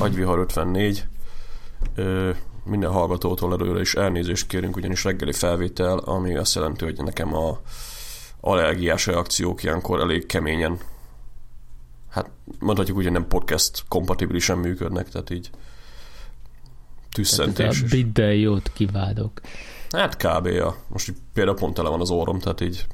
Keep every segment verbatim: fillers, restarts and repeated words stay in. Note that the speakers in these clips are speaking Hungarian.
Agyvihar ötvennégy. Ö, minden hallgatótól előre is elnézést kérünk, ugyanis reggeli felvétel, ami azt jelenti, hogy nekem a allergiás reakciók ilyenkor elég keményen, hát mondhatjuk úgy, hogy nem podcast kompatibilisen működnek, tehát így tüsszentés. Tehát a biddel jót kívánok. Hát kb. Ja. Most így például pont tele van az orrom, tehát így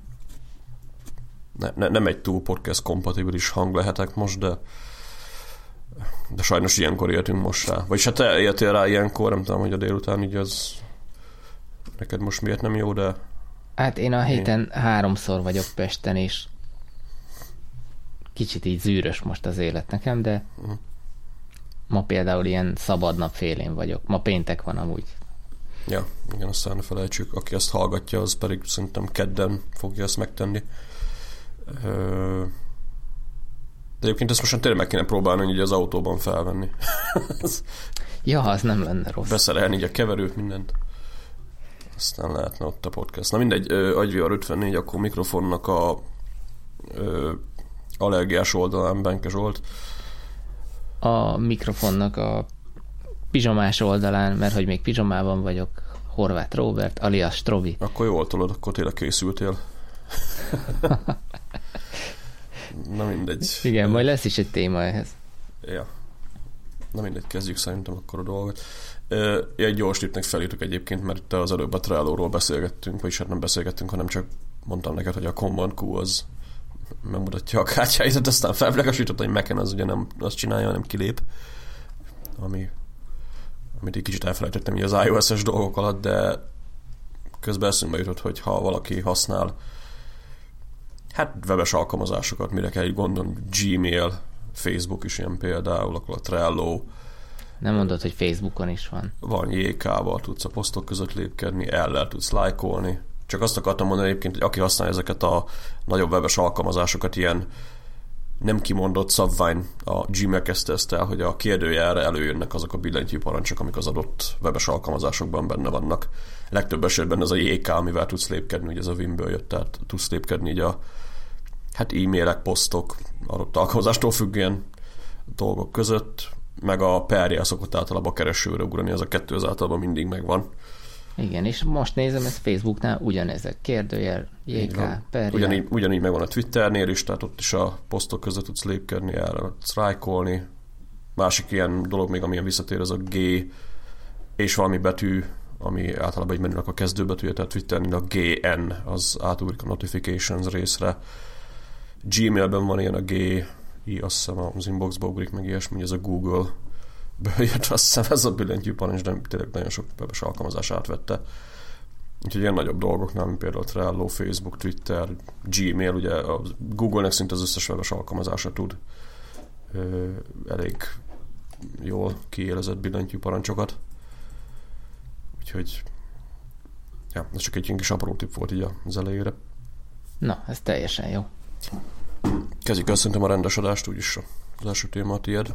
ne, ne, nem egy túl podcast kompatibilis hang lehetek most, de de sajnos ilyenkor éltünk most rá. Vagyis hát te éltél rá ilyenkor, nem tudom, hogy a délután így az neked most miért nem jó, de hát én a héten én... háromszor vagyok Pesten, és kicsit így zűrös most az élet nekem, de uh-huh. ma például ilyen szabadnap félén vagyok. Ma péntek van amúgy. Ja, igen, aztán ne felejtsük. Aki ezt hallgatja, az pedig szerintem kedden fogja ezt megtenni. De egyébként ezt most tényleg meg kéne próbálni, hogy így az autóban felvenni. Ja, az nem lenne rossz. Beszerelni így a keverőt, mindent. Aztán lehetne ott a podcast. Na mindegy, Agyvihar ötvennégy, akkor mikrofonnak a ö, allergiás oldalán Benke Zsolt. A mikrofonnak a pizsomás oldalán, mert hogy még pizsomában vagyok, Horváth Róbert, alias Strobi. Akkor jól tudod, akkor tényleg készültél. Na mindegy. Igen, majd lesz is egy téma ehhez. Ja. Na mindegy, kezdjük szerintem akkor a dolgot. Egy gyors tippnek felírtuk egyébként, mert itt az előbb a Trello-ról beszélgettünk, vagyis hát nem beszélgettünk, hanem csak mondtam neked, hogy a Command Q az megmutatja a kártyáit, aztán felvilágosított, hogy Mac-en az ugye nem azt csinálja, hanem kilép, ami, amit egy kicsit elfelejtettem így az iOS-es dolgok alatt, de közben eszünkbe jutott, hogy ha valaki használ hát webes alkalmazásokat, mire kell így gondolni, Gmail, Facebook is ilyen például, akkor a Trello. Nem mondod, hogy Facebookon is van. Van jé ká-val tudsz a posztok között lépkedni, el-lel tudsz lájkolni. Csak azt akartam mondani egyébként, hogy aki használja ezeket a nagyobb webes alkalmazásokat, ilyen nem kimondott szabvány, a Gmail kezdte ezt el, hogy a kérdőjelre előjönnek azok a billentyű parancsok, amik az adott webes alkalmazásokban benne vannak. Legtöbb esetben ez a jé ká, amivel tudsz lépkedni, ugye ez a Wimből jött, tehát tudsz lépkedni így a hát e-mailek, posztok, adott alkalmazástól függően dolgok között, meg a perjel szokott általában a keresőre ugrani, az a kettő az általában mindig megvan. Igen, és most nézem, ez Facebooknál ugyanezek, kérdőjel, jé ká, perjel. Ugyanígy, ugyanígy megvan a Twitternél is, tehát ott is a posztok között tudsz lépkedni, erre tudsz rájkolni. Másik ilyen dolog még, amilyen visszatér, az a G és valami betű, ami általában egy menünek a kezdőbetűje, tehát Twitternél a gé en, az átugrik a notifications részre. Gmailben van ilyen a G, I, azt hiszem az inboxba ugrik meg ilyesmi, ez a Google bejött, azt hiszem ez a billentyű parancs, de tényleg nagyon sok webes alkalmazás átvette. Úgyhogy ilyen nagyobb dolgoknál, mint például Trello, Facebook, Twitter, Gmail, ugye a Google-nek szinte az összes webes alkalmazása tud ö, elég jól kiélezett billentyű parancsokat. Úgyhogy ja, ez csak egy ilyen kis apró tipp volt így az elejére. Na, ez teljesen jó. Kezdjük el szerintem a rendes adást, úgyis az első téma a tiéd.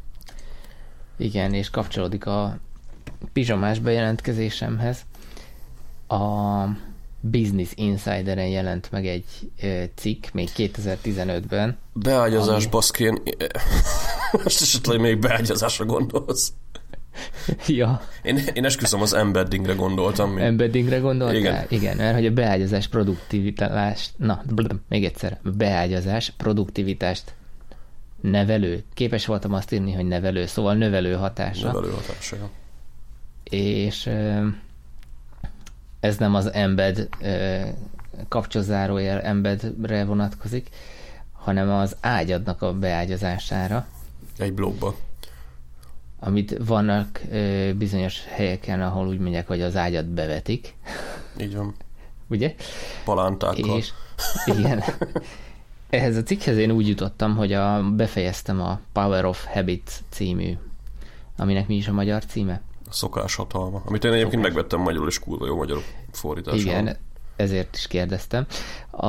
Igen, és kapcsolódik a pizsamás bejelentkezésemhez. A Business Insideren jelent meg egy cikk, még kétezer-tizenötben. Beágyazás, ami... baszkén. Most esetleg még beágyazásra gondolsz. Ja. Én, én esküszöm, az embeddingre gondoltam. Mint... Embeddingre gondoltál? Igen. Igen, mert hogy a beágyazás produktivitást, na, blum, még egyszer, beágyazás produktivitást nevelő. Képes voltam azt írni, hogy nevelő, szóval növelő hatása. Növelő hatása, ja. És ez nem az embed kapcsolzárójel embedre vonatkozik, hanem az ágyadnak a beágyazására. Egy blogba. Amit vannak ö, bizonyos helyeken, ahol úgy mondják, hogy az ágyat bevetik. Így van. Ugye? Palántákkal. És, igen. Ehhez a cikkhez én úgy jutottam, hogy a, befejeztem a Power of Habit című, aminek mi is a magyar címe? A szokás hatalma. Amit én egyébként szokás. Megvettem magyarul, és kurva jó magyar fordítás. Igen, ezért is kérdeztem. A,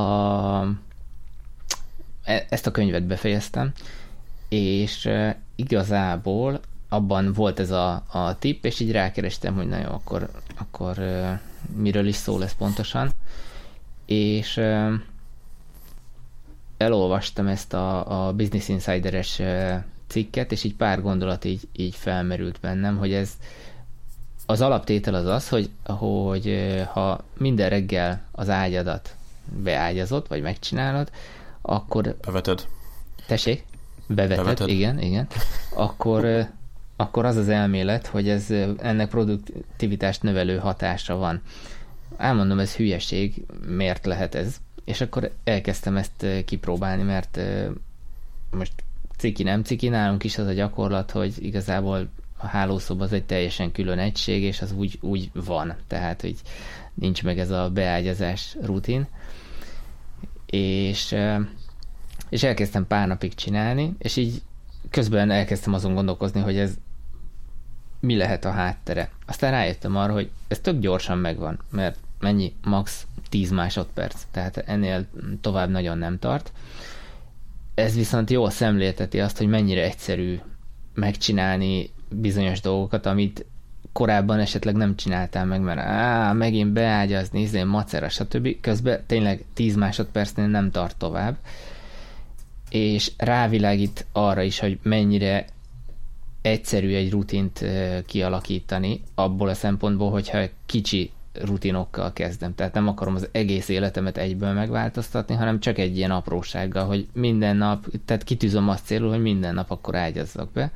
ezt a könyvet befejeztem, és igazából abban volt ez a, a tipp, és így rákerestem, hogy na jó, akkor, akkor uh, miről is szól ez pontosan. És uh, elolvastam ezt a, a Business Insider-es uh, cikket, és így pár gondolat így, így felmerült bennem, hogy ez az alaptétel az az, hogy, hogy ha minden reggel az ágyadat beágyazott, vagy megcsinálod, akkor... Beveted. Tessék? Beveted, Beveted. igen, igen. Akkor, akkor az az elmélet, hogy ez ennek produktivitást növelő hatása van. Elmondom, ez hülyeség, miért lehet ez? És akkor elkezdtem ezt kipróbálni, mert most ciki nem ciki, nálunk is az a gyakorlat, hogy igazából a hálószoba az egy teljesen külön egység, és az úgy, úgy van. Tehát, hogy nincs meg ez a beágyazás rutin. És, és elkezdtem pár napig csinálni, és így közben elkezdtem azon gondolkozni, hogy ez mi lehet a háttere. Aztán rájöttem arra, hogy ez tök gyorsan megvan, mert mennyi? Max tíz másodperc, tehát ennél tovább nagyon nem tart. Ez viszont jól szemlélteti azt, hogy mennyire egyszerű megcsinálni bizonyos dolgokat, amit korábban esetleg nem csináltál meg, mert á, megint beágyazni, izé, macera, stb. Közben tényleg tíz másodpercnél nem tart tovább. És rávilágít arra is, hogy mennyire egyszerű egy rutint kialakítani, abból a szempontból, hogyha kicsi rutinokkal kezdem. Tehát nem akarom az egész életemet egyből megváltoztatni, hanem csak egy ilyen aprósággal, hogy minden nap, tehát kitűzöm azt célul, hogy minden nap akkor ágyazzak be.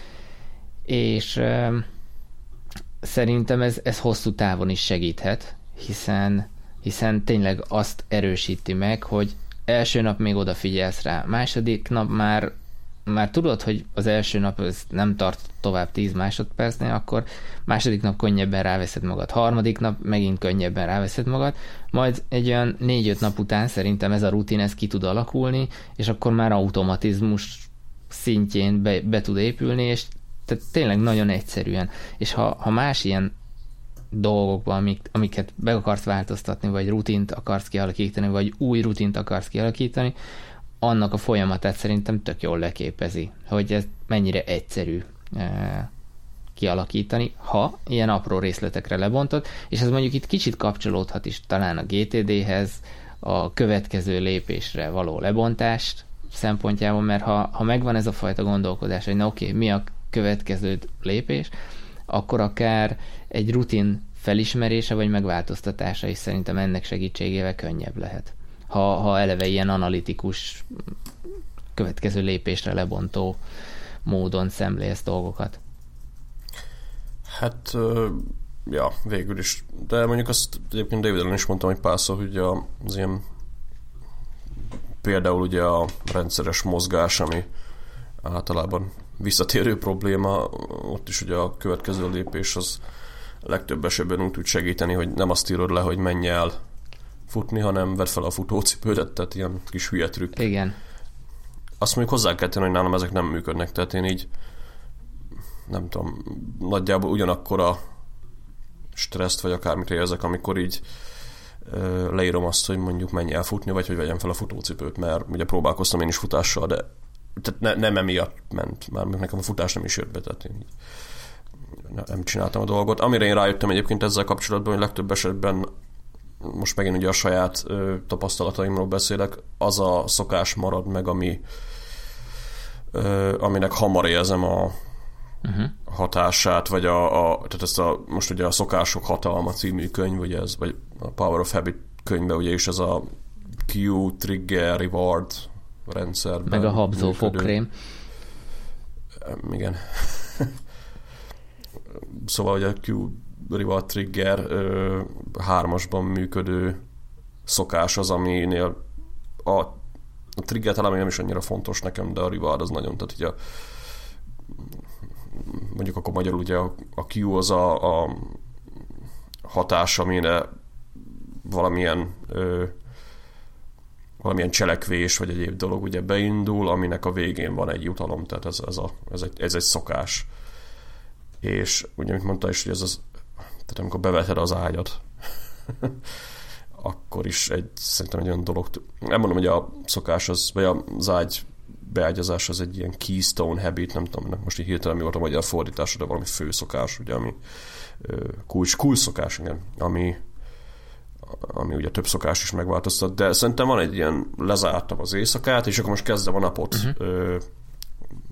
És euh, szerintem ez, ez hosszú távon is segíthet, hiszen, hiszen tényleg azt erősíti meg, hogy első nap még odafigyelsz rá, második nap már már tudod, hogy az első nap ez nem tart tovább tíz másodpercnél, akkor második nap könnyebben ráveszed magad, harmadik nap megint könnyebben ráveszed magad, majd egy olyan négy-öt nap után szerintem ez a rutin ez ki tud alakulni, és akkor már automatizmus szintjén be, be tud épülni, és tehát tényleg nagyon egyszerűen. És ha, ha más ilyen dolgokban, amik, amiket meg akarsz változtatni, vagy rutint akarsz kialakítani, vagy új rutint akarsz kialakítani, annak a folyamatát szerintem tök jól leképezi, hogy ez mennyire egyszerű e, kialakítani, ha ilyen apró részletekre lebontod, és ez mondjuk itt kicsit kapcsolódhat is talán a gé té dé-hez, a következő lépésre való lebontást szempontjából, mert ha, ha megvan ez a fajta gondolkodás, hogy na oké, mi a következő lépés, akkor akár egy rutin felismerése vagy megváltoztatása is szerintem ennek segítségével könnyebb lehet. Ha, ha eleve ilyen analitikus következő lépésre lebontó módon szemlélsz dolgokat. Hát, ja, végül is. De mondjuk azt egyébként David Allen is mondtam, hogy párszor, hogy az ilyen például ugye a rendszeres mozgás, ami általában visszatérő probléma, ott is ugye a következő lépés az legtöbb esetben úgy tud segíteni, hogy nem azt írod le, hogy menj el futni, hanem vedd fel a futócipődet, tehát ilyen kis hülye trükk. Igen. Azt mondjuk hozzá kell tenni, hogy nálam ezek nem működnek, tehát én így nem tudom, nagyjából ugyanakkor a stresszt, vagy akármit érzek, amikor így ö, leírom azt, hogy mondjuk menj el futni, vagy hogy vegyem fel a futócipőt, mert ugye próbálkoztam én is futással, de tehát ne, nem emiatt ment, már nekem a futás nem is jött be, tehát én így nem csináltam a dolgot. Amire én rájöttem egyébként ezzel kapcsolatban, hogy legtöbb esetben most megint ugye a saját ö, tapasztalataimról beszélek, az a szokás marad meg, ami ö, aminek hamar érzem a uh-huh. hatását, vagy a, a tehát ezt a, most ugye a Szokások hatalma című könyv, ugye ez, vagy a Power of Habit könyvben ugye is ez a Cue, Trigger, Reward rendszerben. Meg a habzó fogkrém. Igen. Szóval, hogy a Cue, Reward, Trigger ö, hármasban működő szokás az, aminél a, a trigger talán nem is annyira fontos nekem, de a reward az nagyon, tehát ugye a, mondjuk akkor magyarul ugye a, a Cue az a, a hatás, amire valamilyen ö, valamilyen cselekvés, vagy egyéb dolog ugye beindul, aminek a végén van egy jutalom, tehát ez, ez, a, ez, egy, ez egy szokás. És ugye, mint mondta is, hogy ez az, tehát amikor beveted az ágyat, akkor is egy, szerintem egy olyan dolog, nem mondom, hogy a szokás az, vagy az ágy beágyazás az egy ilyen keystone habit, nem tudom, most így hirtelen mi volt a magyar fordításra, de valami főszokás, ugye, ami kulcs, kulcsszokás, igen, ami, ami ugye több szokás is megváltoztat, de szerintem van egy ilyen, lezártam az éjszakát, és akkor most kezdem a napot uh-huh. ö,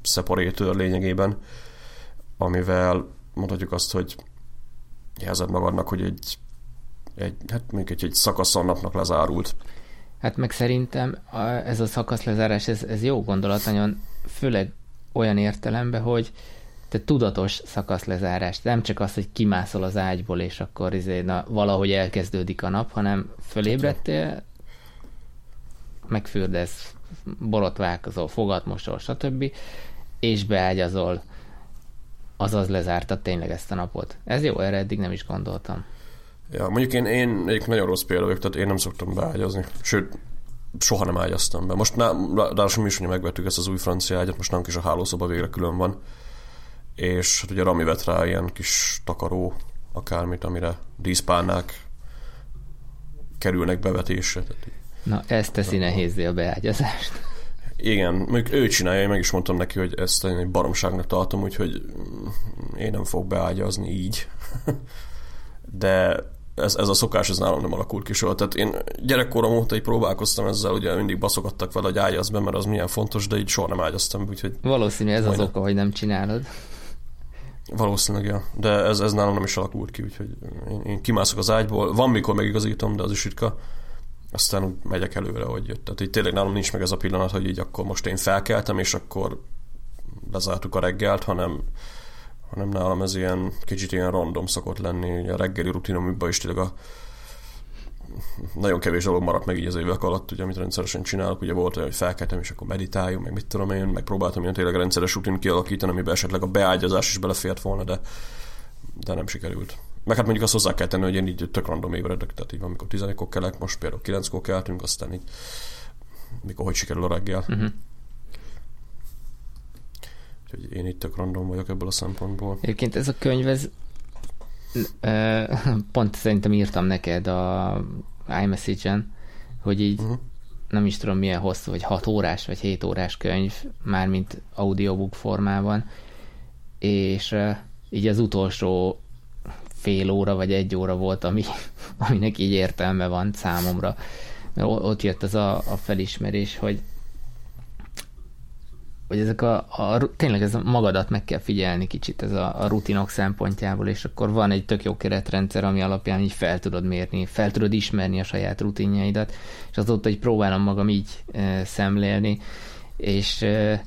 separator lényegében, amivel mondhatjuk azt, hogy jelzed magadnak, hogy egy, egy hát mondjuk egy, egy szakasz a napnak lezárult. Hát meg szerintem ez a szakaszlezárás, ez, ez jó gondolat, nagyon főleg olyan értelemben, hogy te tudatos szakaszlezárás, nem csak az, hogy kimászol az ágyból, és akkor izé, na, valahogy elkezdődik a nap, hanem fölébredtél, megfürdesz, borotválkozol, fogatmosol, stb. És beágyazol, azaz lezártad tényleg ezt a napot. Ez jó, erre eddig nem is gondoltam. Ja, mondjuk én, én egy nagyon rossz példa vagyok, tehát én nem szoktam beágyazni. Sőt, soha nem ágyaztam be. Most ráadásul mi is, hogy megvettük ezt az új francia ágyat, most nálunk is a hálószoba végre külön van. És hát ugye Rami vett rá ilyen kis takaró, akármit, amire díszpálnák kerülnek bevetésre. Na, ez teszi nehézzé a beágyazást. Igen, mondjuk ő csinálja, én meg is mondtam neki, hogy ezt egy baromságnak tartom, úgyhogy én nem fogok beágyazni így. De ez, ez a szokás, ez nálam nem alakult ki soha. Tehát én gyerekkorom óta így próbálkoztam ezzel, ugye mindig baszogattak vele, hogy ágyazz be, mert az milyen fontos, de így soha nem ágyaztam. Úgyhogy valószínű ez az oka, hogy nem csinálod. Valószínűleg, ja. De ez, ez nálam nem is alakult ki, úgyhogy én, én kimászok az ágyból. Van, mikor megigazítom, de az is ritka. Aztán úgy megyek előre, hogy jött. Tehát így tényleg nálam nincs meg ez a pillanat, hogy így akkor most én felkeltem, és akkor lezártuk a reggelt, hanem, hanem nálam ez ilyen kicsit ilyen random szokott lenni. A reggeli rutinomban is tényleg a nagyon kevés dolog maradt meg így az évek alatt, ugye, amit rendszeresen csinálok. Ugye volt olyan, hogy felkeltem, és akkor meditáljunk, meg mit tudom én, meg próbáltam ilyen tényleg rendszeres rutin kialakítani, amiben esetleg a beágyazás is belefért volna, de, de nem sikerült. Meg hát mondjuk azt hozzá kell tenni, hogy én így tök random ébredek, tehát így van, amikor tizenegykor kelek, most például kilenckor keltünk, aztán így mikor hogy sikerül a reggel. Uh-huh. Úgyhogy én így tök random vagyok ebből a szempontból. Egyébként ez a könyv, ez pont szerintem írtam neked a iMessage-en, hogy így uh-huh. nem is tudom milyen hosszú, vagy hat órás, vagy hét órás könyv, mármint audiobook formában, és így az utolsó fél óra, vagy egy óra volt, ami, aminek így értelme van számomra. Mert ott jött az a, a felismerés, hogy hogy ezek a, a, tényleg ez a magadat meg kell figyelni kicsit ez a, a rutinok szempontjából, és akkor van egy tök jó keretrendszer, ami alapján így fel tudod mérni, fel tudod ismerni a saját rutinjaidat, és azóta így próbálom magam így e, szemlélni, és e,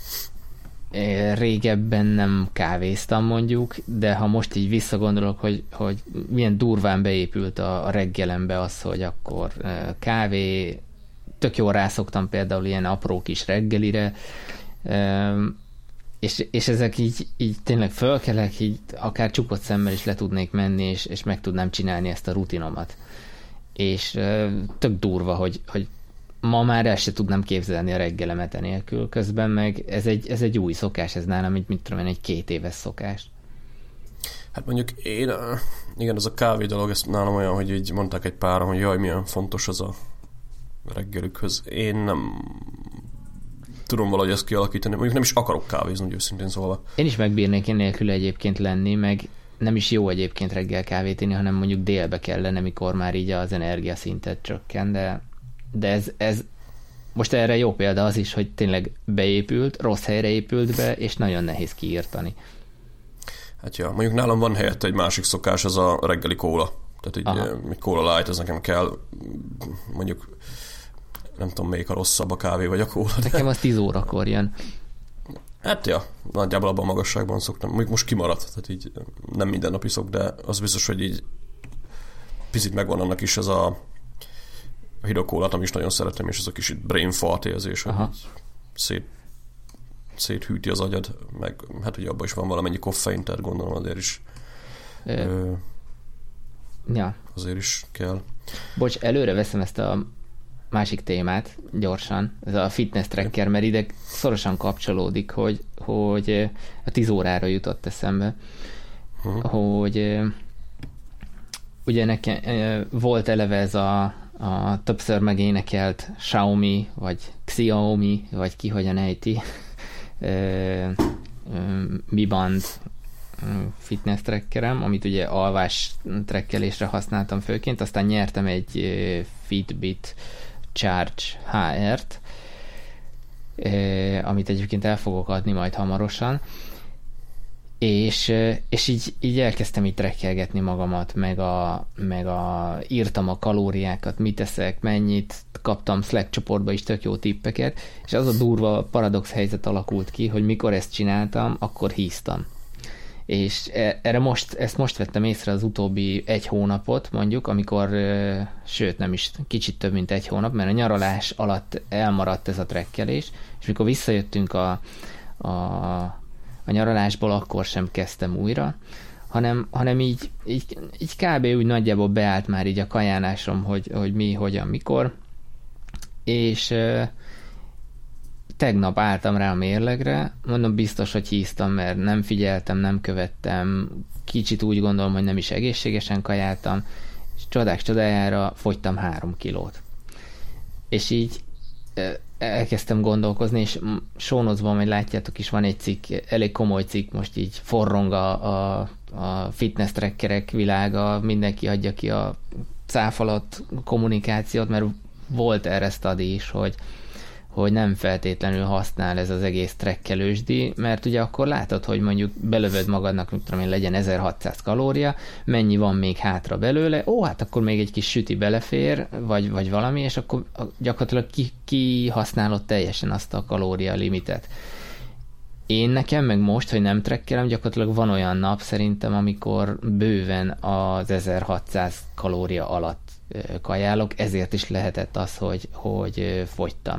e, régebben nem kávéztam mondjuk, de ha most így visszagondolok, hogy, hogy milyen durván beépült a, a reggelembe az, hogy akkor e, kávé, tök jól rászoktam például ilyen apró kis reggelire, Um, és, és ezek így, így tényleg fölkelek, így akár csukott szemmel is le tudnék menni, és, és meg tudnám csinálni ezt a rutinomat. És uh, tök durva, hogy, hogy ma már el se tudnám képzelni a reggelemet enélkül, közben meg ez egy, ez egy új szokás, ez nálam egy, mit tudom én, egy két éves szokás. Hát mondjuk én, igen, ez a kávé dolog, ez nálam olyan, hogy így mondták egy páran, hogy jaj, milyen fontos az a reggelükhöz. Én nem tudom valahogy ezt kialakítani. Mondjuk nem is akarok kávézni, úgy őszintén szólva. Én is megbírnék én nélkül egyébként lenni, meg nem is jó egyébként reggel kávét inni, hanem mondjuk délbe kellene, mikor már így az energiaszintet csökken, de, de ez, ez most erre jó példa az is, hogy tényleg beépült, rossz helyre épült be, és nagyon nehéz kiírtani. Hát ja, mondjuk nálam van helyette egy másik szokás, az a reggeli kóla. Tehát így egy kóla light, ez nekem kell, mondjuk nem tudom, melyik a rosszabb, a kávé vagy a kóla. De... Nekem az tíz órakor jön. Hát ja, nagyjából abban a magasságban szoktam. Mondjuk most kimaradt, tehát így nem minden nap iszok, de az biztos, hogy így picit megvan annak is ez a, a hideg kólát, ami is nagyon szeretem, és ez a kis brain fart érzés, hogy szét, széthűti az agyad, meg hát ugye abban is van valamennyi koffein, tehát gondolom azért is ö... Ö, ja. azért is kell. Bocs, előre veszem ezt a másik témát gyorsan, ez a fitness tracker, mert ide szorosan kapcsolódik, hogy, hogy a tíz órára jutott eszembe, uh-huh. hogy ugye nekem volt eleve ez a, a többször megénekelt Xiaomi, vagy Xiaomi, vagy ki hogyan ejti, Mi Band fitness trackerem, amit ugye alvás trekkelésre használtam főként, aztán nyertem egy Fitbit Charge há er-t, amit egyébként el fogok adni majd hamarosan, és, és így, így elkezdtem így trekkelgetni magamat, meg a, meg a írtam a kalóriákat, mit eszek, mennyit, kaptam Slack csoportba is tök jó tippeket, és az a durva paradox helyzet alakult ki, hogy mikor ezt csináltam, akkor híztam. És erre most, ezt most vettem észre az utóbbi egy hónapot, mondjuk, amikor, sőt nem is, kicsit több, mint egy hónap, mert a nyaralás alatt elmaradt ez a trekkelés, és mikor visszajöttünk a, a, a nyaralásból, akkor sem kezdtem újra, hanem, hanem így, így, így kb. Úgy nagyjából beállt már így a kajálásom, hogy, hogy mi, hogyan, mikor, és tegnap álltam rá a mérlegre, mondom biztos, hogy híztam, mert nem figyeltem, nem követtem, kicsit úgy gondolom, hogy nem is egészségesen kajáltam, és csodák csodájára fogytam három kilót. És így elkezdtem gondolkozni, és sónozban, majd látjátok is, van egy cikk, elég komoly cikk, most így forrong a, a, a fitness trackerek világa, mindenki adja ki a cáfalat kommunikációt, mert volt erre study is, hogy hogy nem feltétlenül használ ez az egész trekkelősdi, mert ugye akkor látod, hogy mondjuk belövöd magadnak, mit tudom én, legyen ezerhatszáz kalória, mennyi van még hátra belőle, ó, hát akkor még egy kis süti belefér, vagy, vagy valami, és akkor gyakorlatilag ki, ki használod teljesen azt a kalória limitet. Én nekem meg most, hogy nem trekkelem, gyakorlatilag van olyan nap szerintem, amikor bőven az ezerhatszáz kalória alatt kajálok, ezért is lehetett az, hogy, hogy fogytam.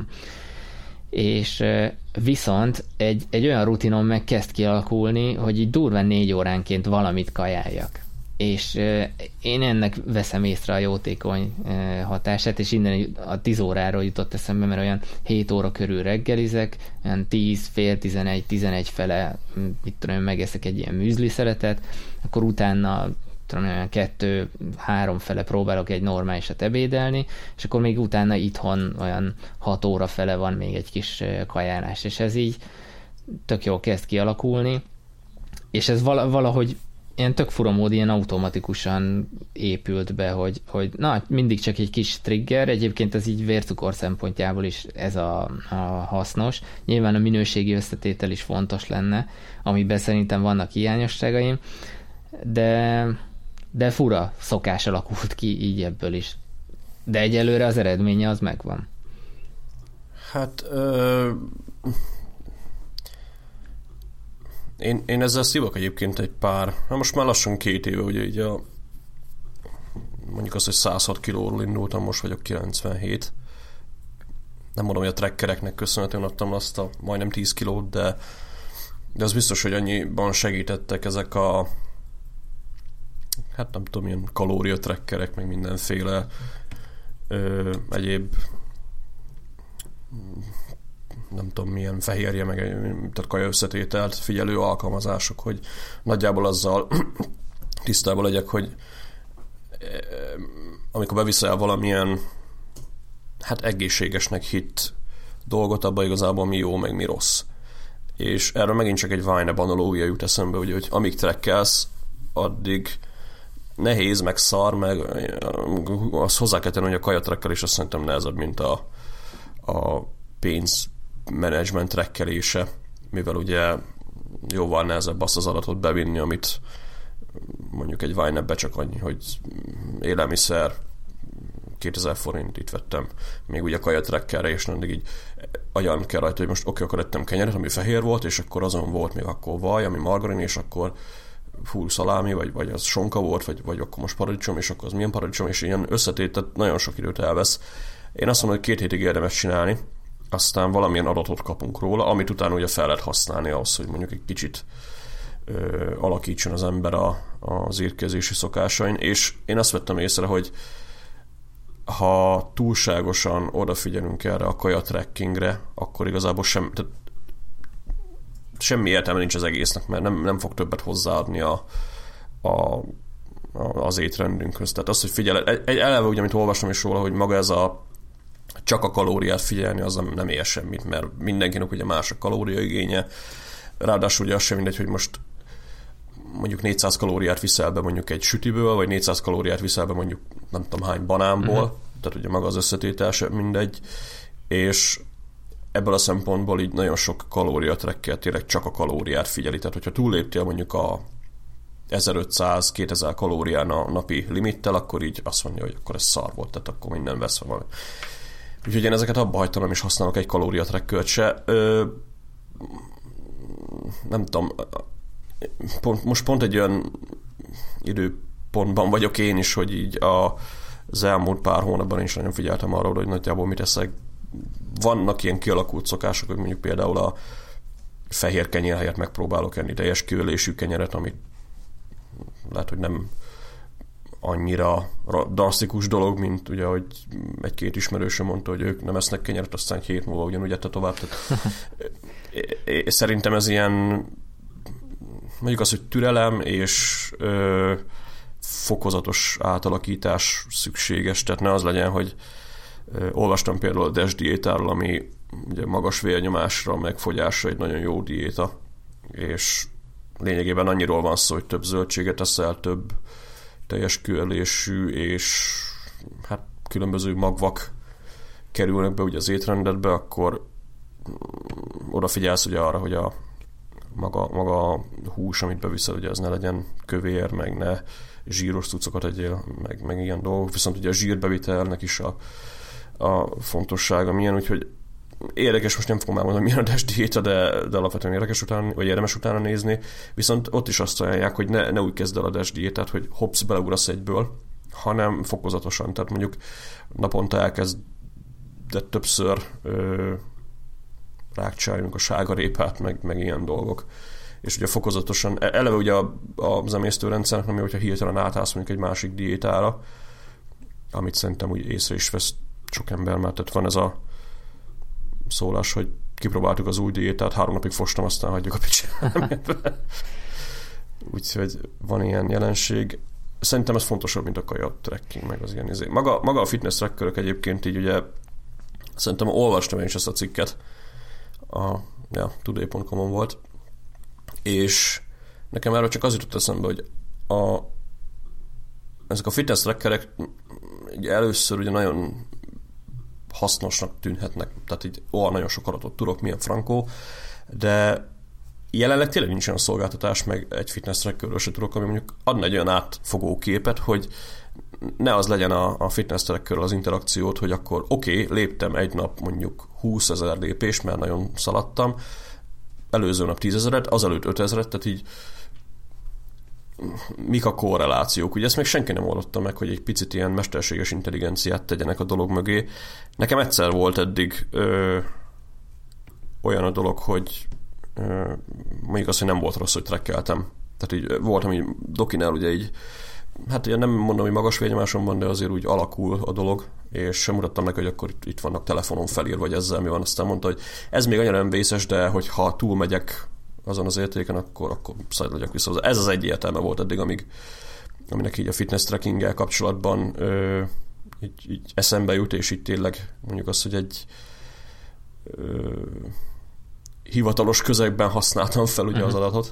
És viszont egy, egy olyan rutinom meg kezd kialakulni, hogy így durván négy óránként valamit kajáljak. És én ennek veszem észre a jótékony hatását, és innen a tíz óráról jutott eszembe, mert olyan hét óra körül reggelizek, olyan tíz, fél tizenegy, tizenegy fele, mit tudom, megeszek egy ilyen műzli szeletet, akkor utána tudom, olyan kettő, három fele próbálok egy normálisat ebédelni, és akkor még utána itthon olyan hat óra fele van még egy kis kajálás, és ez így tök jól kezd kialakulni, és ez valahogy ilyen tök fura mód, ilyen automatikusan épült be, hogy, hogy na, mindig csak egy kis trigger, egyébként ez így vércukor szempontjából is ez a, a hasznos. Nyilván a minőségi összetétel is fontos lenne, amiben szerintem vannak hiányosságaim, de de fura szokás alakult ki így ebből is. De egyelőre az eredménye az megvan. Hát ö... én, én ezzel szívok egyébként egy pár, hát most már lassan két éve, ugye így a mondjuk azt, hogy száz hat kilóról indultam, most vagyok kilencvenhét. Nem mondom, hogy a trekkereknek köszönhetően adtam azt a majdnem tíz kilót, de, de az biztos, hogy annyiban segítettek ezek a hát nem tudom, ilyen kalóriatrekkerek, meg mindenféle ö, egyéb nem tudom, milyen fehérje, meg tehát kaja összetételt figyelő alkalmazások, hogy nagyjából azzal tisztában legyek, hogy amikor beviszel valamilyen hát egészségesnek hitt dolgot, abban igazából mi jó, meg mi rossz. És erről megint csak egy Vine-ebb analógia jut eszembe, hogy, hogy amíg trekkelsz, addig nehéz, meg szar, meg azt hozzá kell tenni, hogy a kajatrekkelés azt szerintem nehezebb, mint a, a pénzmenedzsment trekkelése, mivel ugye jóval nehezebb azt az adatot bevinni, amit mondjuk egy Vine-be csak annyi, hogy élelmiszer kétezer forint, itt vettem még ugye kajatrekkelre, és mindig így agyan kell rajta, hogy most oké, akkor ettem kenyeret, ami fehér volt, és akkor azon volt még akkor vaj, ami margarin, és akkor full szalámi, vagy, vagy az sonka volt, vagy, vagy akkor most paradicsom, és akkor az milyen paradicsom, és ilyen összetétet nagyon sok időt elvesz. Én azt mondom, hogy két hétig érdemes csinálni, aztán valamilyen adatot kapunk róla, amit utána ugye fel lehet használni ahhoz, hogy mondjuk egy kicsit ö, alakítson az ember a, az étkezési szokásain, és én azt vettem észre, hogy ha túlságosan odafigyelünk erre a kaja trackingre, akkor igazából sem, tehát semmi értelme nincs az egésznek, mert nem, nem fog többet hozzáadni a, a, a, az étrendünkhöz. Tehát az, hogy figyel, egy eleve ugye, amit olvastam is róla, hogy maga ez a csak a kalóriát figyelni, az nem, nem ér semmit, mert mindenkinek ugye más a kalóriaigénye. Ráadásul ugye az sem mindegy, hogy most mondjuk négyszáz kalóriát viszel be mondjuk egy sütiből, vagy négyszáz kalóriát viszel be mondjuk nem tudom hány banánból, uh-huh. Tehát ugye maga az összetétel sem mindegy, és ebből a szempontból így nagyon sok kalóriatrekkel tényleg csak a kalóriát figyeli. Tehát, hogyha túlléptél mondjuk a ezerötszáz-kétezer kalórián a napi limittel, akkor így azt mondja, hogy akkor ez szar volt, tehát akkor minden vesz van. Úgyhogy én ezeket abba hagytam, nem is használok egy kalóriatrekkert se. Ö, nem tudom, pont, most pont egy olyan időpontban vagyok én is, hogy így a, az elmúlt pár hónapban is nagyon figyeltem arra, hogy nagyjából mit eszek. Vannak ilyen kialakult szokások, hogy mondjuk például a fehér kenyér helyett megpróbálok enni teljes kiölésű kenyeret, amit lehet, hogy nem annyira drasztikus dolog, mint ugye, hogy egy-két ismerősöm mondta, hogy ők nem esznek kenyeret, aztán hét múlva ugyanúgy ette tovább. Tehát, szerintem ez ilyen, mondjuk az, hogy türelem és ö, fokozatos átalakítás szükséges, tehát ne az legyen, hogy ö, olvastam például a DASH diétáról, ami ugye magas vérnyomásra, meg fogyásra egy nagyon jó diéta, és lényegében annyiról van szó, hogy több zöldséget eszel, több teljes kőelésű, és hát különböző magvak kerülnek be ugye az étrendedbe, akkor odafigyelsz ugye arra, hogy a maga, maga a hús, amit beviszel, ugye az ne legyen kövér, meg ne zsíros cuccokat egyél, meg, meg ilyen dolgok. Viszont ugye a zsírbevitelnek is a, a fontossága milyen, úgyhogy érdekes, most nem fogom elmondani, milyen a DASH diéta, de, de alapvetően érdekes utána, vagy érdemes utána nézni, viszont ott is azt ajánlják, hogy ne, ne úgy kezd el a DASH diétát, hogy hopsz, beleugrasz egyből, hanem fokozatosan, tehát mondjuk naponta elkezded többször ö, rákcsáljunk a sárgarépát, meg, meg ilyen dolgok. És ugye fokozatosan, eleve ugye az emésztőrendszernek, ami hogyha hirtelen átállsz mondjuk egy másik diétára, amit szerintem úgy észre is vesz sok ember, mert tehát van ez a szólás, hogy kipróbáltuk az új diétát, három napig fostam, aztán hagyjuk a picsát. Úgyhogy van ilyen jelenség. Szerintem ez fontosabb, mint a kaja trekking, meg az ilyen izé. Maga, maga a fitness trekkerök egyébként így ugye szerintem olvastam én is ezt a cikket, a ja, today pont com-on volt, és nekem erről csak az jutott eszembe, hogy a, ezek a fitness trekkerek ugye először ugye nagyon hasznosnak tűnhetnek, tehát így ó, nagyon sok adatot tudok, milyen frankó, de jelenleg tényleg nincs olyan szolgáltatás, meg egy fitness trackerről se tudok, ami mondjuk adna egy olyan átfogó képet, hogy ne az legyen a, a fitness trackerről az interakciót, hogy akkor oké, okay, léptem egy nap mondjuk húszezer lépést, mert nagyon szaladtam, előző nap tízezeret, azelőtt ötezeret, tehát így mik a korrelációk. Ugye ezt még senki nem oldotta meg, hogy egy picit ilyen mesterséges intelligenciát tegyenek a dolog mögé. Nekem egyszer volt eddig ö, olyan a dolog, hogy ö, mondjuk azt, hogy nem volt rossz, hogy trekkeltem. Tehát így voltam így dokinál, ugye így, hát ugye nem mondom, hogy magas vérnyomásom van, de azért úgy alakul a dolog, és sem mutattam neki, hogy akkor itt, itt vannak telefonon felír, vagy ezzel mi van. Aztán mondta, hogy ez még annyira nem vészes, de hogyha túlmegyek azon az értéken, akkor, akkor szajt legyek vissza. Ez az egy értelme volt eddig, amíg, aminek így a fitness trackinggel kapcsolatban ö, így, így eszembe jut, és így tényleg mondjuk azt, hogy egy ö, hivatalos közegben használtam fel ugye uh-huh. az adatot.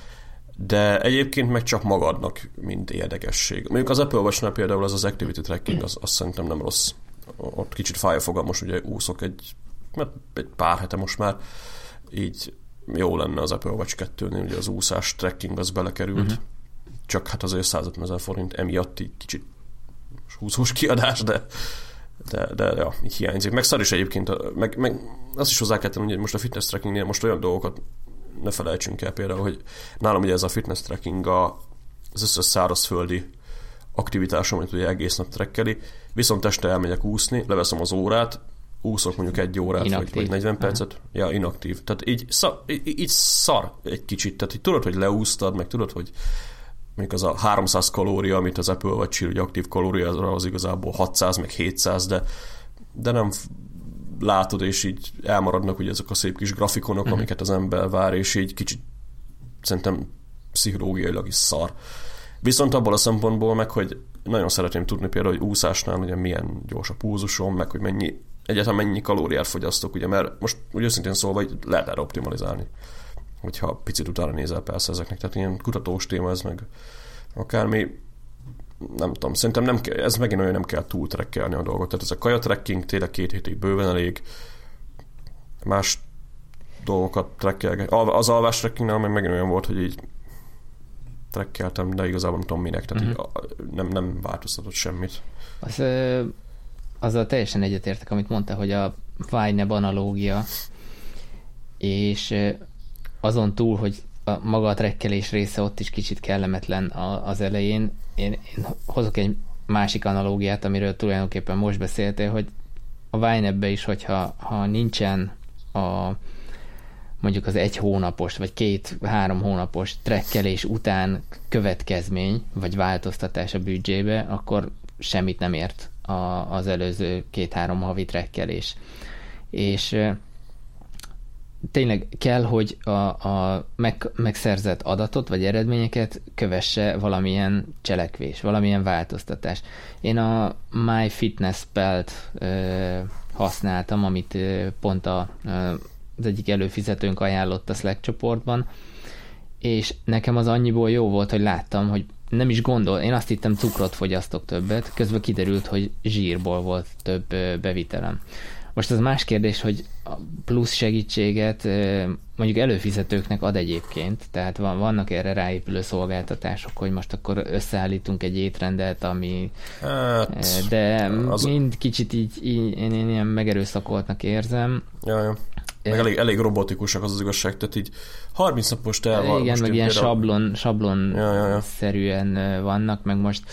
De egyébként meg csak magadnak, mint érdekesség. Mondjuk az Apple Watch-nál például az az activity tracking, az, az szerintem nem rossz. Ott kicsit fáj a fogam, most ugye úszok egy, egy pár hete most már, így jó lenne az Apple Watch kettőnél, ugye az úszás tracking az belekerült, uh-huh. csak hát azért százötven ezer forint emiatt így kicsit húszós kiadás, de, de, de ja, így hiányzik. Meg szar is egyébként, meg, meg azt is hozzá kell tenni, hogy most a fitness trackingnél most olyan dolgokat ne felejtsünk el például, hogy nálam ugye ez a fitness tracking az összes szárazföldi aktivitásom, amit ugye egész nap trekkeli, viszont este elmegyek úszni, leveszem az órát, úszok mondjuk egy órát, vagy, vagy negyven percet. Uh-huh. Ja, inaktív. Tehát így szar, így, így szar egy kicsit. Tehát így tudod, hogy leúsztad, meg tudod, hogy mondjuk az a háromszáz kalória, amit az Apple Watch ír, hogy aktív kalória, az igazából hatszáz, meg hétszáz, de, de nem látod, és így elmaradnak ugye ezek a szép kis grafikonok, uh-huh. amiket az ember vár, és így kicsit szerintem pszichológiailag is szar. Viszont abból a szempontból meg, hogy nagyon szeretném tudni például, hogy úszásnál ugye milyen gyors a pulzusom, meg hogy mennyi, egyáltalán mennyi kalóriát fogyasztok, ugye, mert most úgy őszintén szólva hogy lehet erre optimalizálni, hogyha picit utána nézel persze ezeknek, tehát ilyen kutatós téma ez, meg akármi, nem tudom, szerintem nem kell, ez megint olyan, nem kell túl trekkelni a dolgot, tehát ez a kaja trekking tényleg két hétig bőven elég, más dolgokat trekkelgetni. Az alvás trekkingnál meg megint olyan volt, hogy így trekkeltem, de igazából nem tudom minek, tehát uh-huh. így nem, nem változtatott semmit. Az, ö, azzal teljesen egyetértek, amit mondta, hogy a YNAB analógia, és ö, azon túl, hogy a maga a trekkelés része ott is kicsit kellemetlen a, az elején, én, én hozok egy másik analógiát, amiről tulajdonképpen most beszéltél, hogy a YNAB-be is, hogyha ha nincsen a mondjuk az egy hónapos, vagy két-három hónapos trekkelés után következmény, vagy változtatás a büdzsébe, akkor semmit nem ért a, az előző két-három havi trekkelés. És e, tényleg kell, hogy a, a meg, megszerzett adatot, vagy eredményeket kövesse valamilyen cselekvés, valamilyen változtatás. Én a MyFitnessPal-t e, használtam, amit e, pont a e, az egyik előfizetőnk ajánlott a Slack csoportban, és nekem az annyiból jó volt, hogy láttam, hogy nem is gondol, én azt hittem cukrot fogyasztok többet, közben kiderült, hogy zsírból volt több bevitelem. Most az más kérdés, hogy a plusz segítséget mondjuk előfizetőknek ad egyébként, tehát van, vannak erre ráépülő szolgáltatások, hogy most akkor összeállítunk egy étrendet, ami hát, de az... mind kicsit így, így én, én ilyen megerőszakoltnak érzem. Ja, ja. Meg elég, elég robotikusak az az igazság, tehát így harminc napos te el van. Igen, meg ilyen például... sablon, sablon ja, ja, ja. szerűen vannak, meg most